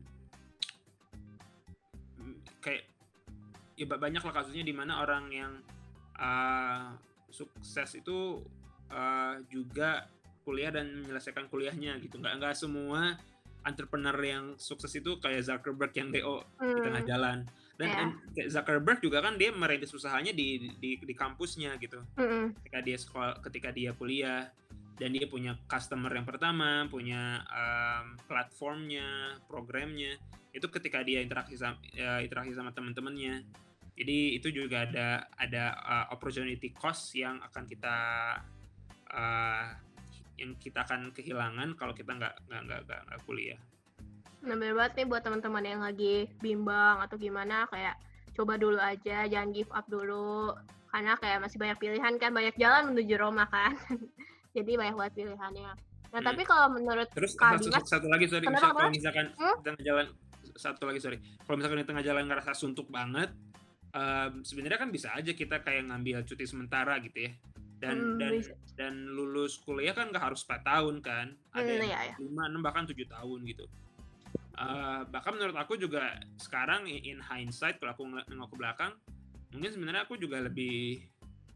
kayak ya banyak lah kasusnya di mana orang yang uh, sukses itu uh, juga kuliah dan menyelesaikan kuliahnya gitu. Nggak nggak semua entrepreneur yang sukses itu kayak Zuckerberg yang D O hmm. di tengah jalan. Dan, yeah. dan kayak Zuckerberg juga kan dia merintis usahanya di di di kampusnya gitu. Hmm. Ketika dia sekolah, ketika dia kuliah dan dia punya customer yang pertama, punya um, platformnya, programnya, itu ketika dia interaksi sama, uh, interaksi sama teman-temannya. Jadi itu juga ada ada uh, opportunity cost yang akan kita uh, yang kita akan kehilangan kalau kita nggak nggak nggak nggak kuliah. Nah, bener banget nih buat teman-teman yang lagi bimbang atau gimana, kayak coba dulu aja, jangan give up dulu, karena kayak masih banyak pilihan kan, banyak jalan menuju Roma kan. Jadi banyak banget pilihannya. Nah, hmm. tapi kalau menurut terus Kak satu, Dimas, satu lagi sorry, kenapa, kalau misalkan hmm? di tengah jalan satu lagi sorry, kalau misalkan di tengah jalan ngerasa suntuk banget, um, sebenarnya kan bisa aja kita kayak ngambil cuti sementara gitu ya. Dan hmm, dan bisa. Dan lulus kuliah kan nggak harus empat tahun kan, ada hmm, yang iya, lima, enam bahkan tujuh tahun gitu. Uh, bahkan menurut aku juga sekarang in hindsight kalau aku nengok ke belakang, mungkin sebenarnya aku juga lebih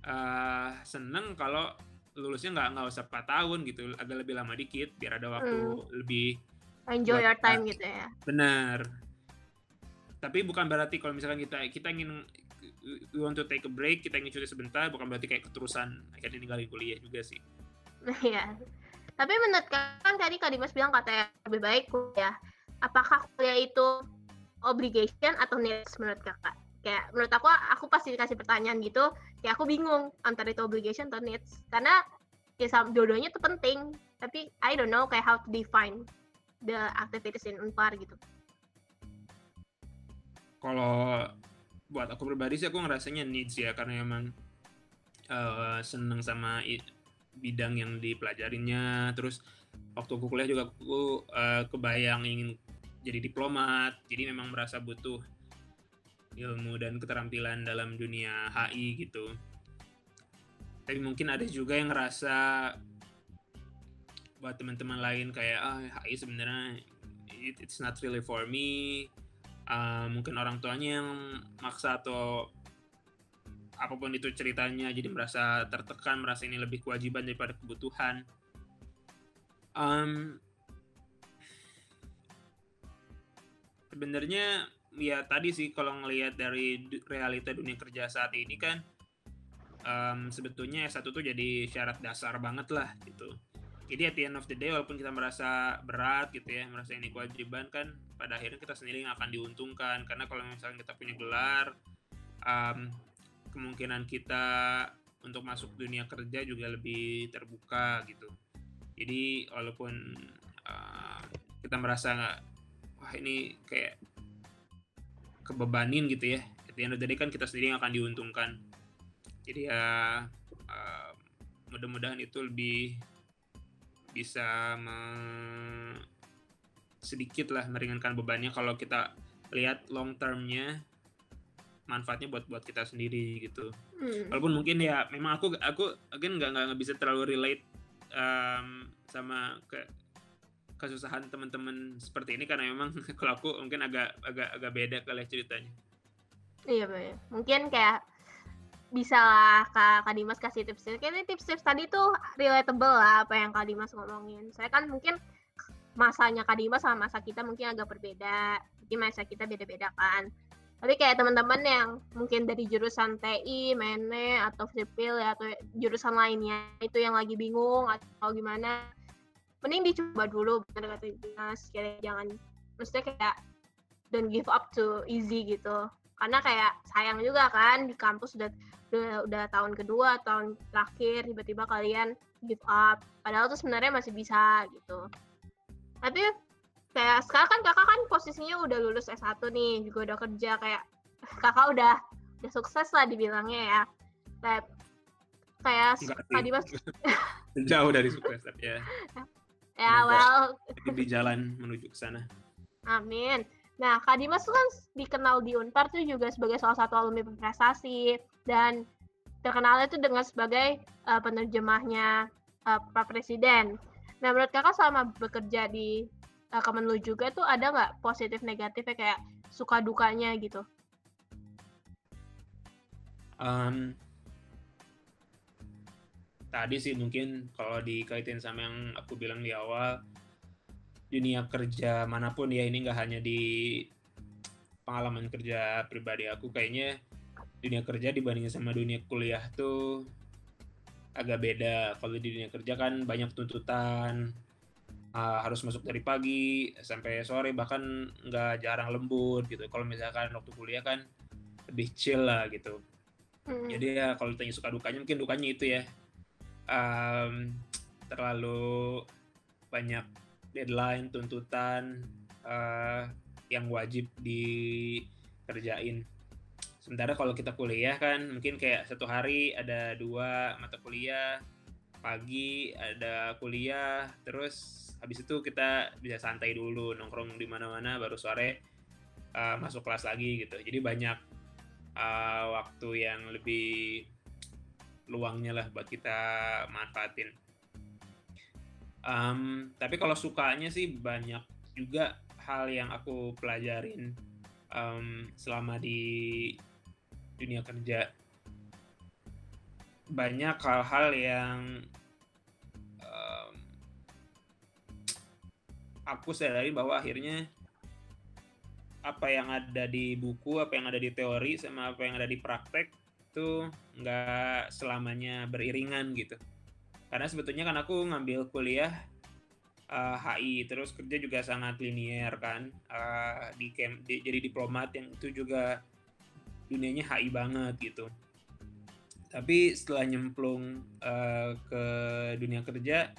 uh, seneng kalau lulusnya nggak nggak usah empat tahun gitu, agak lebih lama dikit biar ada waktu hmm. lebih enjoy your time kita, gitu ya. Benar. Tapi bukan berarti kalau misalkan kita kita ingin we want to take a break, kita ingin cuti sebentar, bukan berarti kayak keterusan akhirnya ninggalin kuliah juga sih. Iya. Tapi menurut kan tadi Kak Dimas bilang katanya lebih baik kuliah. Apakah kuliah itu obligation atau needs menurut Kakak? Kayak menurut aku, aku pasti dikasih pertanyaan gitu, kayak aku bingung antara itu obligation atau needs. Karena ya dua-duanya itu penting, tapi I don't know kayak how to define the activities in Unpar gitu. Kalau buat aku pribadi sih aku ngerasanya needs ya, karena emang uh, seneng sama i- bidang yang dipelajarinnya. Terus waktu aku kuliah juga aku uh, kebayang ingin jadi diplomat, jadi memang merasa butuh ilmu dan keterampilan dalam dunia H I gitu. Tapi mungkin ada juga yang ngerasa buat teman-teman lain kayak ah H I sebenarnya it, it's not really for me. Uh, mungkin orang tuanya yang maksa atau apapun itu ceritanya, jadi merasa tertekan, merasa ini lebih kewajiban daripada kebutuhan. Um, sebenarnya ya tadi sih kalau ngelihat dari realita dunia kerja saat ini kan, um, sebetulnya S satu tuh jadi syarat dasar banget lah gitu. Jadi at the end of the day, walaupun kita merasa berat gitu ya, merasa ini kewajiban kan, pada akhirnya kita sendiri yang akan diuntungkan. Karena kalau misalnya kita punya gelar, um, kemungkinan kita untuk masuk dunia kerja juga lebih terbuka gitu. Jadi walaupun uh, kita merasa wah ini kayak kebebanin gitu ya, at the end of the day kan kita sendiri yang akan diuntungkan. Jadi ya uh, mudah-mudahan itu lebih bisa me- sedikit lah meringankan bebannya kalau kita lihat long termnya manfaatnya buat buat kita sendiri gitu. Hmm. Walaupun mungkin ya memang aku aku again nggak nggak bisa terlalu relate um, sama ke kesusahan teman-teman seperti ini, karena memang kalau aku mungkin agak agak agak beda kali ceritanya. Iya bener. Mungkin kayak bisa lah Kak, Kak Dimas kasih tips-tips. Kayaknya tips-tips tadi tuh relatable lah apa yang Kak Dimas ngomongin. Saya kan mungkin masanya Kak Dimas sama masa kita mungkin agak berbeda. Mungkin masa kita beda-beda kan. Tapi kayak teman-teman yang mungkin dari jurusan T I, Mene, atau sipil ya, atau jurusan lainnya itu yang lagi bingung atau gimana, mending dicoba dulu bener kata Dimas. Kayak jangan, maksudnya kayak don't give up too easy gitu. Karena kayak sayang juga kan di kampus udah udah, udah tahun kedua, tahun terakhir tiba-tiba kalian give up. Padahal tuh sebenarnya masih bisa gitu. Tapi kayak sekarang kan kakak kan posisinya udah lulus S satu nih, juga udah kerja, kayak kakak udah udah sukses lah dibilangnya ya. Kayak kayak Kak Dimas jauh dari sukses ya. Ya well di jalan menuju ke sana. Amin. Nah, Kak Dimas tuh kan dikenal di Unpar tuh juga sebagai salah satu alumni berprestasi dan terkenalnya tuh dengan sebagai uh, penerjemahnya uh, Pak Presiden. Nah, menurut kakak selama bekerja di uh, Kemenlu juga tuh ada nggak positif negatifnya kayak suka dukanya gitu? Um, tadi sih mungkin kalau dikaitin sama yang aku bilang di awal, dunia kerja manapun ya, ini nggak hanya di pengalaman kerja pribadi aku, kayaknya dunia kerja dibandingin sama dunia kuliah tuh agak beda. Kalau di dunia kerja kan banyak tuntutan, uh, harus masuk dari pagi sampai sore, bahkan nggak jarang lembur gitu. Kalau misalkan waktu kuliah kan lebih chill lah gitu. Hmm. Jadi ya kalau tanya suka dukanya, mungkin dukanya itu ya, um, terlalu banyak deadline, tuntutan uh, yang wajib dikerjain. Sementara kalau kita kuliah kan mungkin kayak satu hari ada dua mata kuliah, pagi ada kuliah, terus habis itu kita bisa santai dulu, nongkrong di mana-mana, baru sore uh, masuk kelas lagi gitu. Jadi banyak uh, waktu yang lebih luangnya lah buat kita manfaatin. Um, tapi kalau sukanya sih banyak juga hal yang aku pelajarin um, selama di dunia kerja. banyak hal-hal yang um, aku sadari bahwa akhirnya apa yang ada di buku, apa yang ada di teori, sama apa yang ada di praktek itu nggak selamanya beriringan gitu. Karena sebetulnya kan aku ngambil kuliah uh, H I, terus kerja juga sangat linier kan, uh, di, kem, di jadi diplomat yang itu juga dunianya H I banget gitu. Tapi setelah nyemplung uh, ke dunia kerja,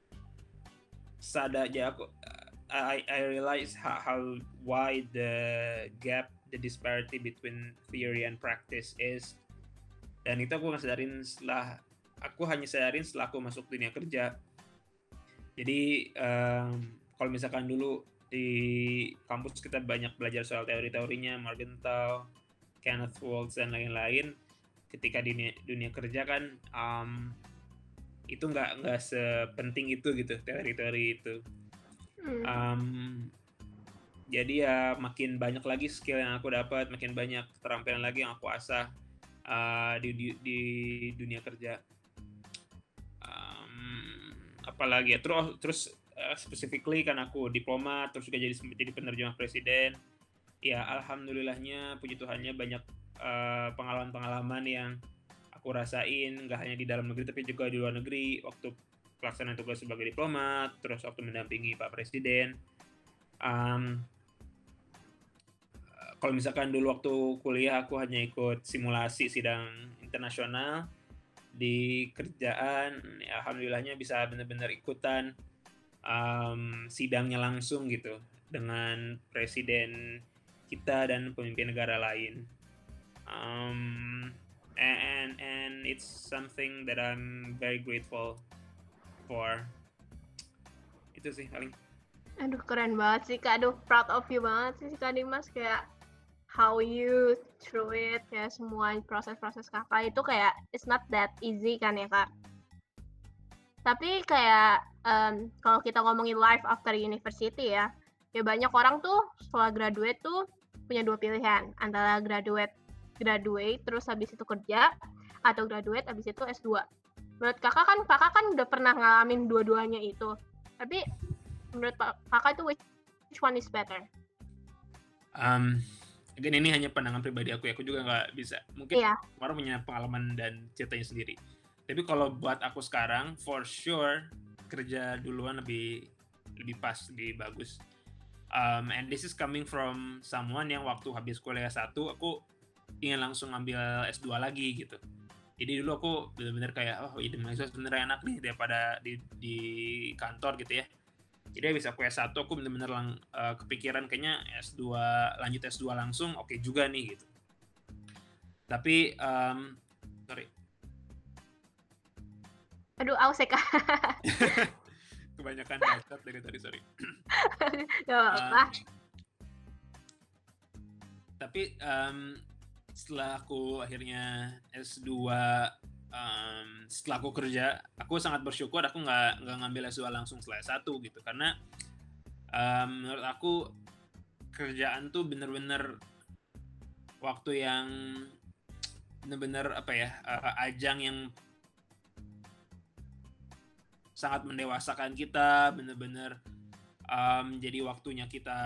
sadar aja aku I, I realize how, how wide the gap, the disparity between theory and practice is. Dan itu aku sadarin setelah aku hanya sadarin setelah aku masuk dunia kerja. Jadi um, kalau misalkan dulu di kampus kita banyak belajar soal teori-teorinya, Morgenthau, Kenneth Waltz dan lain-lain. Ketika di dunia, dunia kerja kan um, itu nggak nggak sepenting itu gitu teori-teori itu. Um, jadi ya makin banyak lagi skill yang aku dapat, makin banyak keterampilan lagi yang aku asah uh, di, di di dunia kerja. Um, apalagi ya terus terus uh, specifically kan aku diplomat, terus juga jadi jadi penerjemah presiden. Ya alhamdulillahnya puji Tuhannya banyak uh, pengalaman-pengalaman yang aku rasain nggak hanya di dalam negeri tapi juga di luar negeri waktu pelaksanaan tugas sebagai diplomat, terus waktu mendampingi Pak Presiden. Um, kalau misalkan dulu waktu kuliah aku hanya ikut simulasi sidang internasional, di kerjaan ya, alhamdulillahnya bisa benar-benar ikutan um, sidangnya langsung gitu dengan presiden kita dan pemimpin negara lain. Um, and and it's something that I'm very grateful for. Itu sih paling. Aduh keren banget sih Kak, aduh proud of you banget sih Kak Dimas, kayak how you through it, ya semua proses-proses Kakak itu kayak it's not that easy kan ya Kak. Tapi kayak um, kalau kita ngomongin life after university ya, ya banyak orang tuh setelah graduate tuh punya dua pilihan, antara graduate graduate terus habis itu kerja, atau graduate habis itu S dua. Menurut kakak kan, kakak kan udah pernah ngalamin dua-duanya itu. Tapi menurut kakak itu which, which one is better? Um, again ini hanya pandangan pribadi aku ya, aku juga nggak bisa. Mungkin yeah. orang punya pengalaman dan ceritanya sendiri. Tapi kalau buat aku sekarang, for sure kerja duluan lebih lebih pas, lebih bagus. Um, and this is coming from someone yang waktu habis kuliah satu, aku ingin langsung ambil S dua lagi gitu. Jadi dulu aku benar-benar kayak oh ide mahasiswa sebenarnya enak nih daripada di di kantor gitu ya. Jadi habis aku S satu aku benar-benar lang, uh, kepikiran kayaknya S dua lanjut S dua langsung oke okay juga nih gitu. Tapi um, sorry. Aduh aus ya Kak. Kebanyakan bacot dari tadi sorry. Gak apa-apa. Uh, tapi um, setelah aku akhirnya S dua, um, setelah aku kerja, aku sangat bersyukur aku nggak nggak ngambil S dua langsung setelah S satu gitu, karena um, menurut aku kerjaan tuh bener-bener waktu yang bener-bener apa ya uh, ajang yang sangat mendewasakan kita, bener-bener um, jadi waktunya kita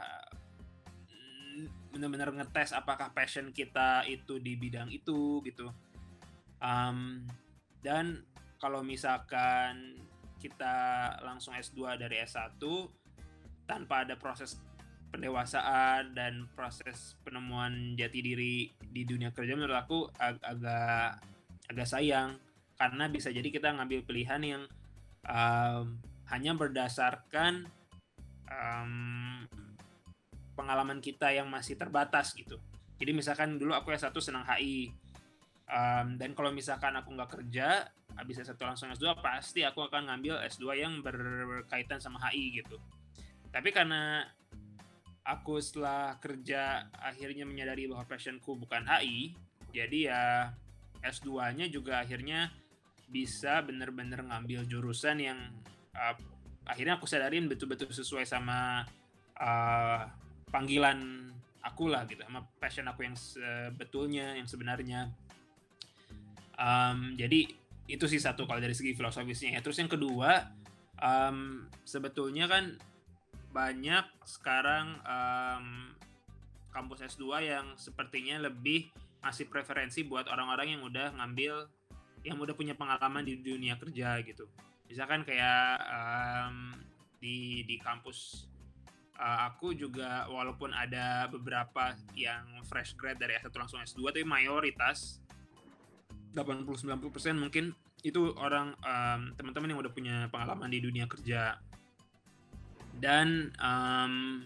benar-benar ngetes apakah passion kita itu di bidang itu gitu. Um, dan kalau misalkan kita langsung S dua dari S satu tanpa ada proses pendewasaan dan proses penemuan jati diri di dunia kerja, menurut aku ag- agak agak sayang, karena bisa jadi kita ngambil pilihan yang um, hanya berdasarkan um, pengalaman kita yang masih terbatas gitu. Jadi misalkan dulu aku S satu senang H I, um, dan kalau misalkan aku nggak kerja habis S satu langsung S dua, pasti aku akan ngambil S dua yang berkaitan sama H I gitu. Tapi karena aku setelah kerja akhirnya menyadari bahwa passionku bukan H I, jadi ya S dua-nya juga akhirnya bisa bener-bener ngambil jurusan yang uh, akhirnya aku sadarin betul-betul sesuai sama uh, panggilan aku lah gitu, sama passion aku yang sebetulnya, yang sebenarnya. Um, jadi itu sih satu kalau dari segi filosofisnya ya. Terus yang kedua, um, sebetulnya kan banyak sekarang um, kampus S dua yang sepertinya lebih ngasih preferensi buat orang-orang yang udah ngambil, yang udah punya pengalaman di dunia kerja gitu. Misalkan kayak um, di di kampus uh, aku juga, walaupun ada beberapa yang fresh grad dari S satu langsung S dua, tapi mayoritas delapan puluh sampai sembilan puluh persen mungkin itu orang um, teman-teman yang udah punya pengalaman di dunia kerja. Dan um,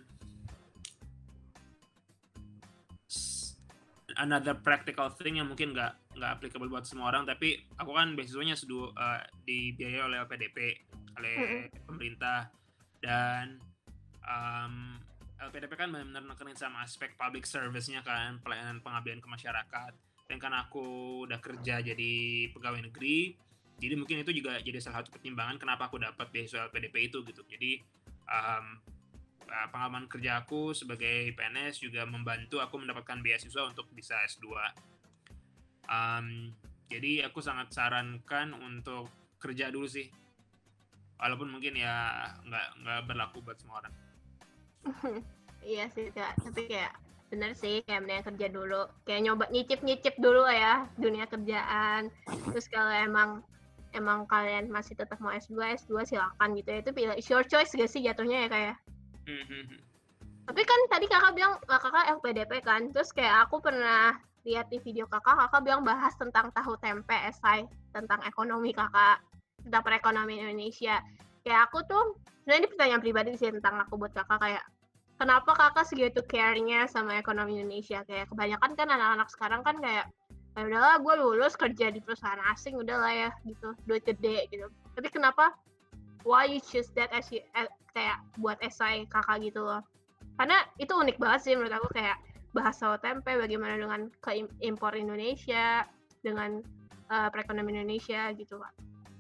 another practical thing yang mungkin nggak nggak applicable buat semua orang, tapi aku kan beasiswanya sedu, uh, dibiayai oleh L P D P, oleh mm-hmm. pemerintah, dan um, L P D P kan benar-benar nekenin sama aspek public service-nya kan, pelayanan pengabdian ke masyarakat. Dan karena aku udah kerja jadi pegawai negeri, jadi mungkin itu juga jadi salah satu pertimbangan kenapa aku dapat beasiswa L P D P itu gitu. Jadi um, pengalaman kerja aku sebagai P N S juga membantu aku mendapatkan beasiswa untuk bisa S dua. Um, jadi aku sangat sarankan untuk kerja dulu sih, walaupun mungkin ya nggak nggak berlaku buat semua orang. Iya sih Kak, tapi kayak bener sih, kayak mending kerja dulu, kayak nyoba nyicip-nyicip dulu ya dunia kerjaan. Terus kalau emang emang kalian masih tetap mau S dua, S dua silakan gitu ya, itu pilih, it's your choice gak sih jatuhnya ya kayak. Mm-hmm. Tapi kan tadi kakak bilang kakak L P D P kan, terus kayak aku pernah lihat di video kakak, kakak bilang bahas tentang tahu tempe esai tentang ekonomi kakak, tentang perekonomian Indonesia. Kayak aku tuh, sebenarnya ini pertanyaan pribadi sih tentang aku buat kakak, kayak kenapa kakak segitu care-nya sama ekonomi Indonesia? Kayak kebanyakan kan anak-anak sekarang kan kayak, ya udahlah gue lulus kerja di perusahaan asing, udahlah ya gitu, duit gede gitu. Tapi kenapa, why you choose that as you, as, kayak buat esai kakak gitu loh? Karena itu unik banget sih menurut aku, kayak bahas soal tempe, bagaimana dengan ke impor Indonesia, dengan uh, perekonomian Indonesia gitu Pak.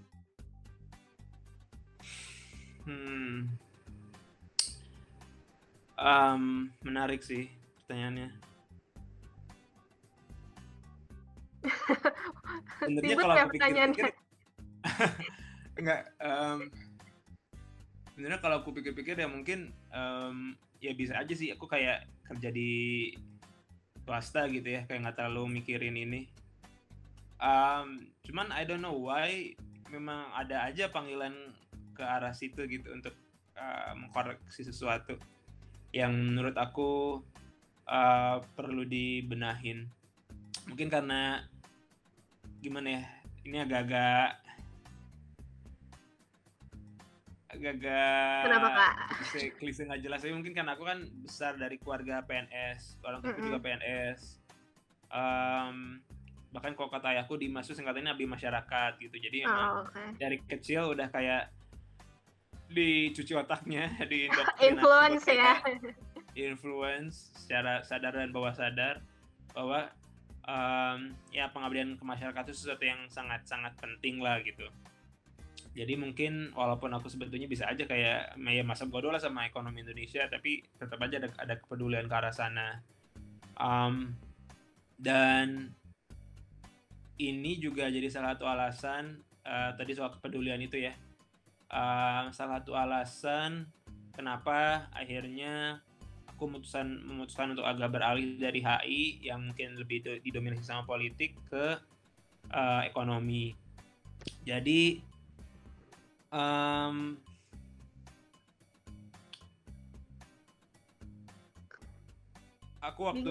Hmm. Um, menarik sih pertanyaannya. Sebenarnya kalau aku pikir-pikir enggak, um, sebenarnya kalau aku pikir-pikir ya mungkin um, ya bisa aja sih aku kayak kerja di swasta gitu ya, kayak nggak terlalu mikirin ini. Um, cuman I don't know why memang ada aja panggilan ke arah situ gitu untuk uh, mengkoreksi sesuatu yang menurut aku uh, perlu dibenahin. Mungkin karena gimana ya, ini agak-agak agak-agak kenapa Kak? klise, klise nggak jelas, tapi mungkin karena aku kan besar dari keluarga P N S, orang tua mm-hmm. juga P N S, um, bahkan kalau kata ayahku di Masu singkatannya abdi masyarakat gitu, jadi memang oh, okay. dari kecil udah kayak dicuci otaknya, di influence ya, influence secara sadar dan bawah sadar bahwa um, ya pengabdian ke masyarakat itu sesuatu yang sangat-sangat penting lah gitu. Jadi mungkin walaupun aku sebetulnya bisa aja kayak ya masa bodoh lah sama ekonomi Indonesia, tapi tetap aja ada, ada kepedulian ke arah sana. Um, dan ini juga jadi salah satu alasan uh, tadi soal kepedulian itu ya. Uh, salah satu alasan kenapa akhirnya aku memutuskan, memutuskan untuk agak beralih dari H I yang mungkin lebih didominasi sama politik ke uh, ekonomi. Jadi Um, aku waktu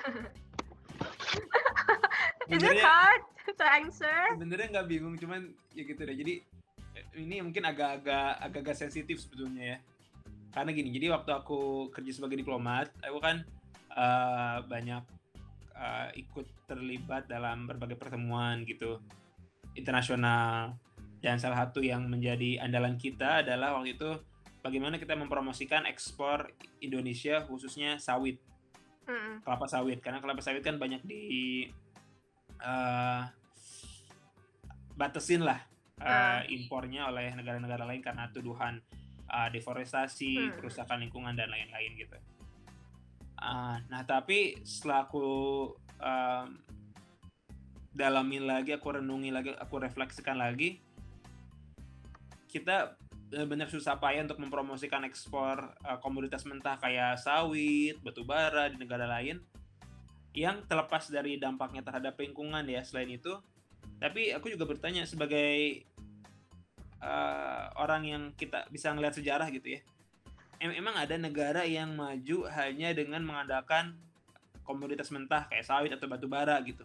Is it hard to answer? Sebenarnya nggak bingung, cuman ya gitu deh. Jadi ini mungkin agak-agak agak-agak sensitif sebetulnya ya. Karena gini, jadi waktu aku kerja sebagai diplomat, aku kan uh, banyak uh, ikut terlibat dalam berbagai pertemuan gitu internasional. Dan salah satu yang menjadi andalan kita adalah waktu itu bagaimana kita mempromosikan ekspor Indonesia, khususnya sawit, mm. kelapa sawit. Karena kelapa sawit kan banyak di uh, batasin lah uh, mm. impornya oleh negara-negara lain karena tuduhan uh, deforestasi, mm. kerusakan lingkungan dan lain-lain gitu. Uh, nah tapi setelah aku um, dalamin lagi, aku renungi lagi, aku refleksikan lagi, kita benar-benar susah payah untuk mempromosikan ekspor uh, komoditas mentah kayak sawit, batu bara di negara lain yang terlepas dari dampaknya terhadap lingkungan ya selain itu. Tapi aku juga bertanya sebagai uh, orang yang kita bisa ngelihat sejarah gitu ya, em- emang ada negara yang maju hanya dengan mengandalkan komoditas mentah kayak sawit atau batu bara gitu.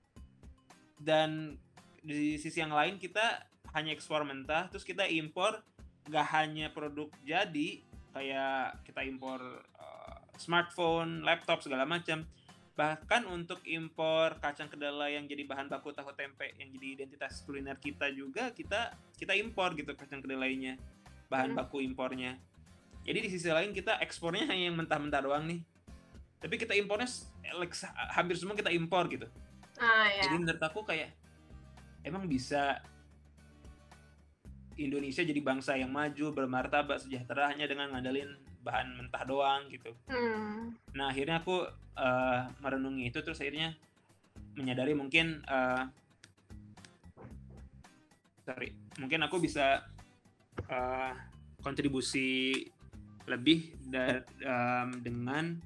Dan di sisi yang lain kita hanya ekspor mentah, terus kita impor gak hanya produk jadi kayak kita impor uh, smartphone, laptop segala macam, bahkan untuk impor kacang kedelai yang jadi bahan baku tahu tempe yang jadi identitas kuliner kita juga kita kita impor gitu kacang kedelainya, bahan hmm. baku impornya. Jadi di sisi lain kita ekspornya hanya yang mentah-mentah doang nih, tapi kita impornya hampir semua kita impor gitu. Ah, ya. Jadi menurut aku kayak emang bisa Indonesia jadi bangsa yang maju, bermartabat, sejahtera hanya dengan ngandelin bahan mentah doang gitu. Hmm. Nah akhirnya aku uh, merenungi itu, terus akhirnya menyadari mungkin uh, sorry, mungkin aku bisa uh, kontribusi lebih da- um, dengan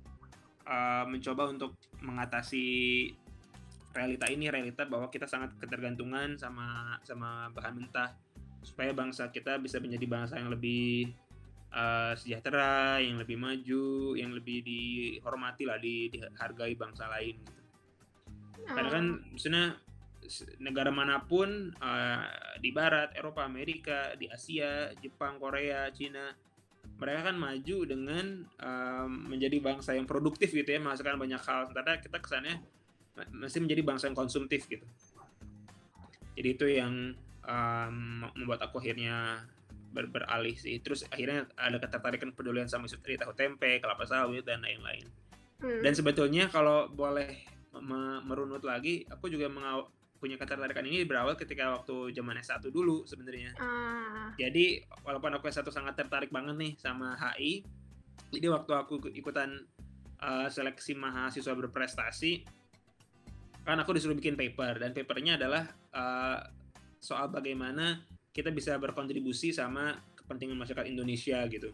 uh, mencoba untuk mengatasi realita ini, realita bahwa kita sangat ketergantungan sama sama bahan mentah, supaya bangsa kita bisa menjadi bangsa yang lebih uh, sejahtera, yang lebih maju, yang lebih dihormati lah, di, dihargai bangsa lain gitu. Hmm. Karena kan misalnya negara manapun uh, di Barat, Eropa, Amerika, di Asia, Jepang, Korea, Cina, mereka kan maju dengan um, menjadi bangsa yang produktif gitu ya, menghasilkan banyak hal. Sementara kita kesannya masih menjadi bangsa yang konsumtif gitu. Jadi itu yang um, membuat aku akhirnya ber- beralih sih. Terus akhirnya ada ketertarikan kepedulian sama isu tadi tahu tempe, kelapa sawit dan lain-lain. Hmm. Dan sebetulnya kalau boleh me- merunut lagi, aku juga mengaw- punya ketertarikan ini berawal ketika waktu zaman S satu dulu sebenarnya. Ah. Jadi walaupun aku S satu sangat tertarik banget nih sama H I, jadi waktu aku ikutan uh, seleksi mahasiswa berprestasi, kan aku disuruh bikin paper, dan papernya adalah uh, soal bagaimana kita bisa berkontribusi sama kepentingan masyarakat Indonesia gitu.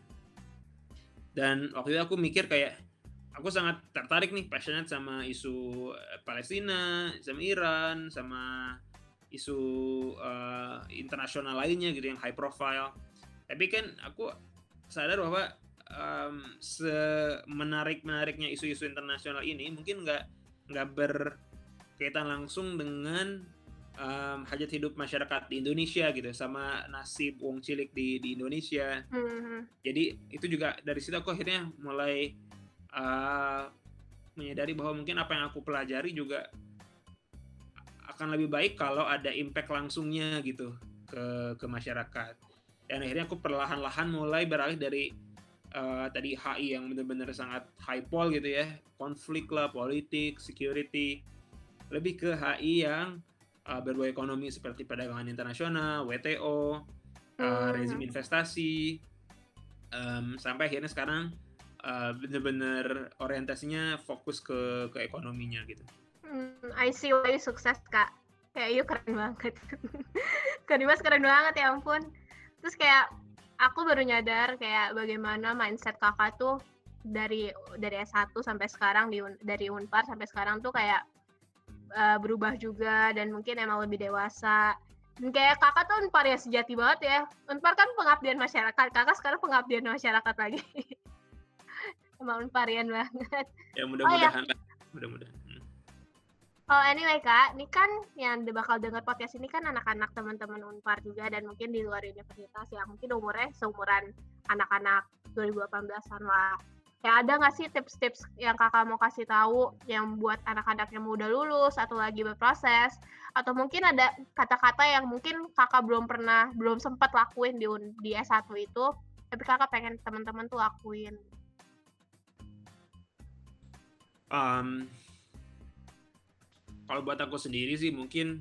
Dan waktu itu aku mikir kayak aku sangat tertarik nih, passionate sama isu Palestina, sama Iran, sama isu uh, internasional lainnya gitu yang high profile. Tapi kan aku sadar bahwa um, semenarik-menariknya isu-isu internasional ini mungkin nggak nggak berkaitan langsung dengan um, hajat hidup masyarakat di Indonesia gitu, sama nasib wong cilik di di Indonesia. Mm-hmm. Jadi itu juga dari situ aku akhirnya mulai uh, menyadari bahwa mungkin apa yang aku pelajari juga akan lebih baik kalau ada impact langsungnya gitu ke ke masyarakat. Dan akhirnya aku perlahan-lahan mulai beralih dari uh, tadi H I yang benar-benar sangat high pol gitu ya, konflik lah, politik, security, lebih ke H I yang uh, berbau ekonomi seperti perdagangan internasional, W T O, uh, rezim investasi, um, sampai akhirnya sekarang uh, benar-benar orientasinya fokus ke ke ekonominya gitu. Hmm, I see why you sukses, Kak. Kayak you keren banget. Kak Dimas keren banget, ya ampun. Terus kayak aku baru nyadar kayak bagaimana mindset Kakak tuh dari dari S satu sampai sekarang, di dari Unpar sampai sekarang tuh kayak uh, berubah juga, dan mungkin emang lebih dewasa. Dan kayak Kakak tuh Unpar ya sejati banget ya. Unpar kan pengabdian masyarakat, Kakak sekarang pengabdian masyarakat lagi. Emang Unparian banget. Ya mudah-mudahan oh, ya. mudah-mudahan. Oh anyway Kak, ini kan yang bakal denger podcast ini kan anak-anak teman-teman Unpar juga, dan mungkin di luar universitas yang mungkin umurnya seumuran anak-anak dua ribu delapan belasan lah. Ya ada nggak sih tips-tips yang Kakak mau kasih tahu yang buat anak-anak yang udah lulus atau lagi berproses, atau mungkin ada kata-kata yang mungkin Kakak belum pernah, belum sempat lakuin di di S satu itu, tapi Kakak pengen teman-teman tuh lakuin. Um, kalau buat aku sendiri sih mungkin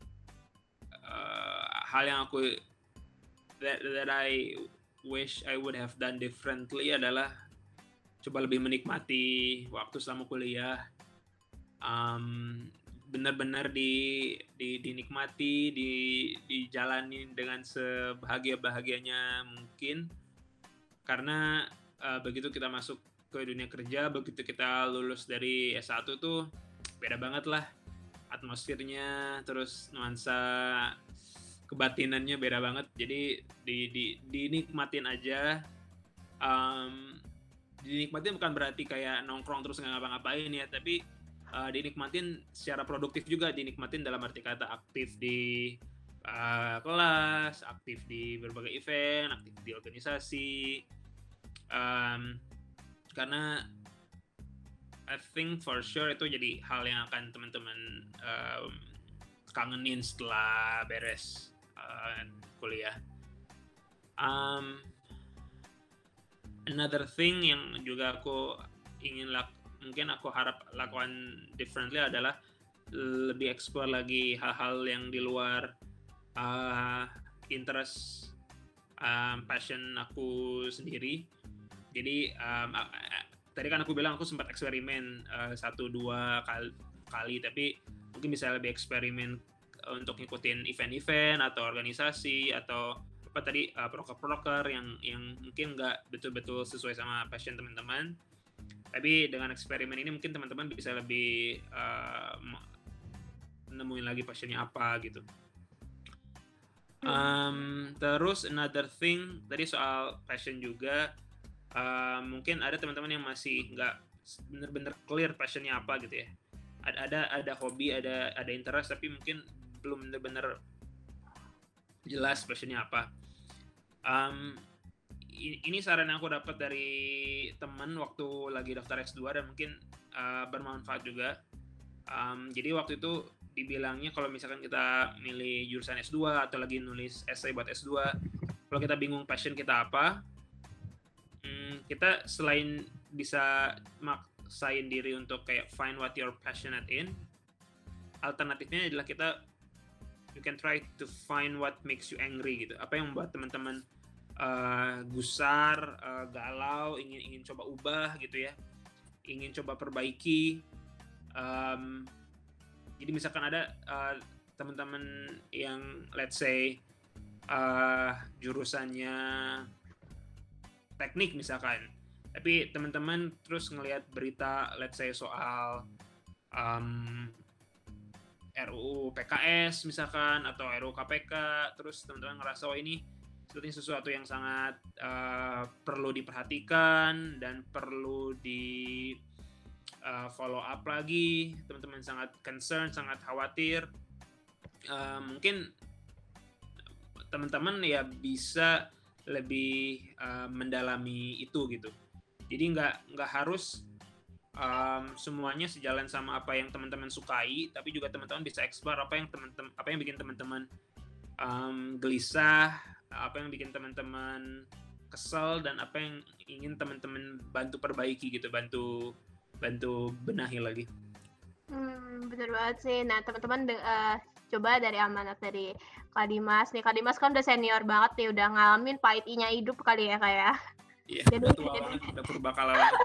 uh, hal yang aku that, that I wish I would have done differently adalah coba lebih menikmati waktu selama kuliah, um, benar-benar di, di dinikmati, di dijalani dengan sebahagia-bahagianya mungkin. Karena uh, begitu kita masuk ke dunia kerja, begitu kita lulus dari S satu tuh beda banget lah atmosfernya, terus nuansa kebatinannya beda banget. Jadi di, di dinikmatin aja. Um, dinikmatin bukan berarti kayak nongkrong terus nggak ngapa-ngapain ya, tapi uh, dinikmatin secara produktif juga, dinikmatin dalam arti kata aktif di uh, kelas, aktif di berbagai event, aktif di organisasi, um, karena I think for sure itu jadi hal yang akan teman-teman um, kangenin setelah beres uh, kuliah. Um, Another thing yang juga aku ingin lak- mungkin aku harap lakukan differently adalah lebih explore lagi hal-hal yang di luar uh, interest, um, passion aku sendiri. Jadi um, uh, uh, tadi kan aku bilang aku sempat eksperimen uh, satu dua kali, kali, tapi mungkin bisa lebih eksperimen untuk ngikutin event-event atau organisasi atau apa tadi uh, proker-proker yang yang mungkin nggak betul-betul sesuai sama passion teman-teman, tapi dengan eksperimen ini mungkin teman-teman bisa lebih uh, nemuin lagi passionnya apa gitu. Um, terus another thing tadi soal passion juga, uh, mungkin ada teman-teman yang masih nggak bener-bener clear passionnya apa gitu ya. Ada ada ada hobi, ada ada interest, tapi mungkin belum bener-bener jelas passionnya apa. Um, ini saran yang aku dapat dari teman waktu lagi daftar S dua dan mungkin uh, bermanfaat juga. Um, jadi waktu itu dibilangnya kalau misalkan kita milih jurusan S dua atau lagi nulis essay buat S dua, kalau kita bingung passion kita apa, um, kita selain bisa maksain diri untuk kayak find what you're passionate in, alternatifnya adalah kita you can try to find what makes you angry gitu. Apa yang membuat teman-teman uh, gusar, uh, galau, ingin ingin coba ubah gitu ya, ingin coba perbaiki. Um, jadi misalkan ada uh, teman-teman yang let's say uh, jurusannya teknik misalkan, tapi teman-teman terus ngelihat berita let's say soal um, R U U P K S misalkan atau R U U K P K, terus teman-teman ngerasa oh ini sebetulnya sesuatu yang sangat uh, perlu diperhatikan dan perlu di uh, follow up lagi, teman-teman sangat concern, sangat khawatir, uh, mungkin teman-teman ya bisa lebih uh, mendalami itu gitu. Jadi nggak nggak harus Um, semuanya sejalan sama apa yang teman-teman sukai, tapi juga teman-teman bisa explore apa yang teman-teman apa yang bikin teman-teman um, gelisah, apa yang bikin teman-teman kesel, dan apa yang ingin teman-teman bantu perbaiki gitu, bantu bantu benahi lagi. Hmm, bener banget sih. Nah teman-teman de- uh, coba dari amanat dari Kak Dimas nih. Kak Dimas kan udah senior banget nih, udah ngalamin pahit-inya hidup kali ya kayak. Iya, jadi, udah tua banget, udah purbakala banget.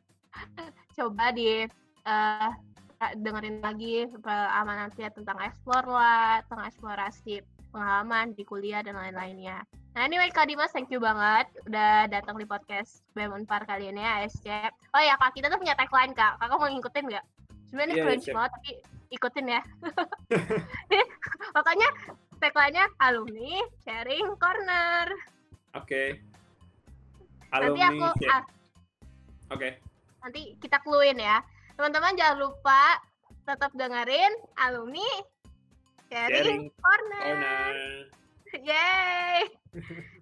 Coba di uh, dengerin lagi amanatnya tentang explore lah, tentang eksplorasi pengalaman di kuliah dan lain-lainnya. Nah anyway Kak Dimas, thank you banget udah datang di podcast B E M Unpar kali ini ya, A S C. Oh ya Kak, kita tuh punya tagline Kak, Kakak mau ngikutin nggak? Sebenarnya yeah, cringe yeah, banget, tapi ikutin ya. Makanya tagline-nya Alumni Sharing Corner. Oke. Okay. Nanti aku, ah, oke. Okay. Nanti kita clue-in ya. Teman-teman jangan lupa tetap dengerin Alumni Sharing, Sharing Corner. Corner. Yeay.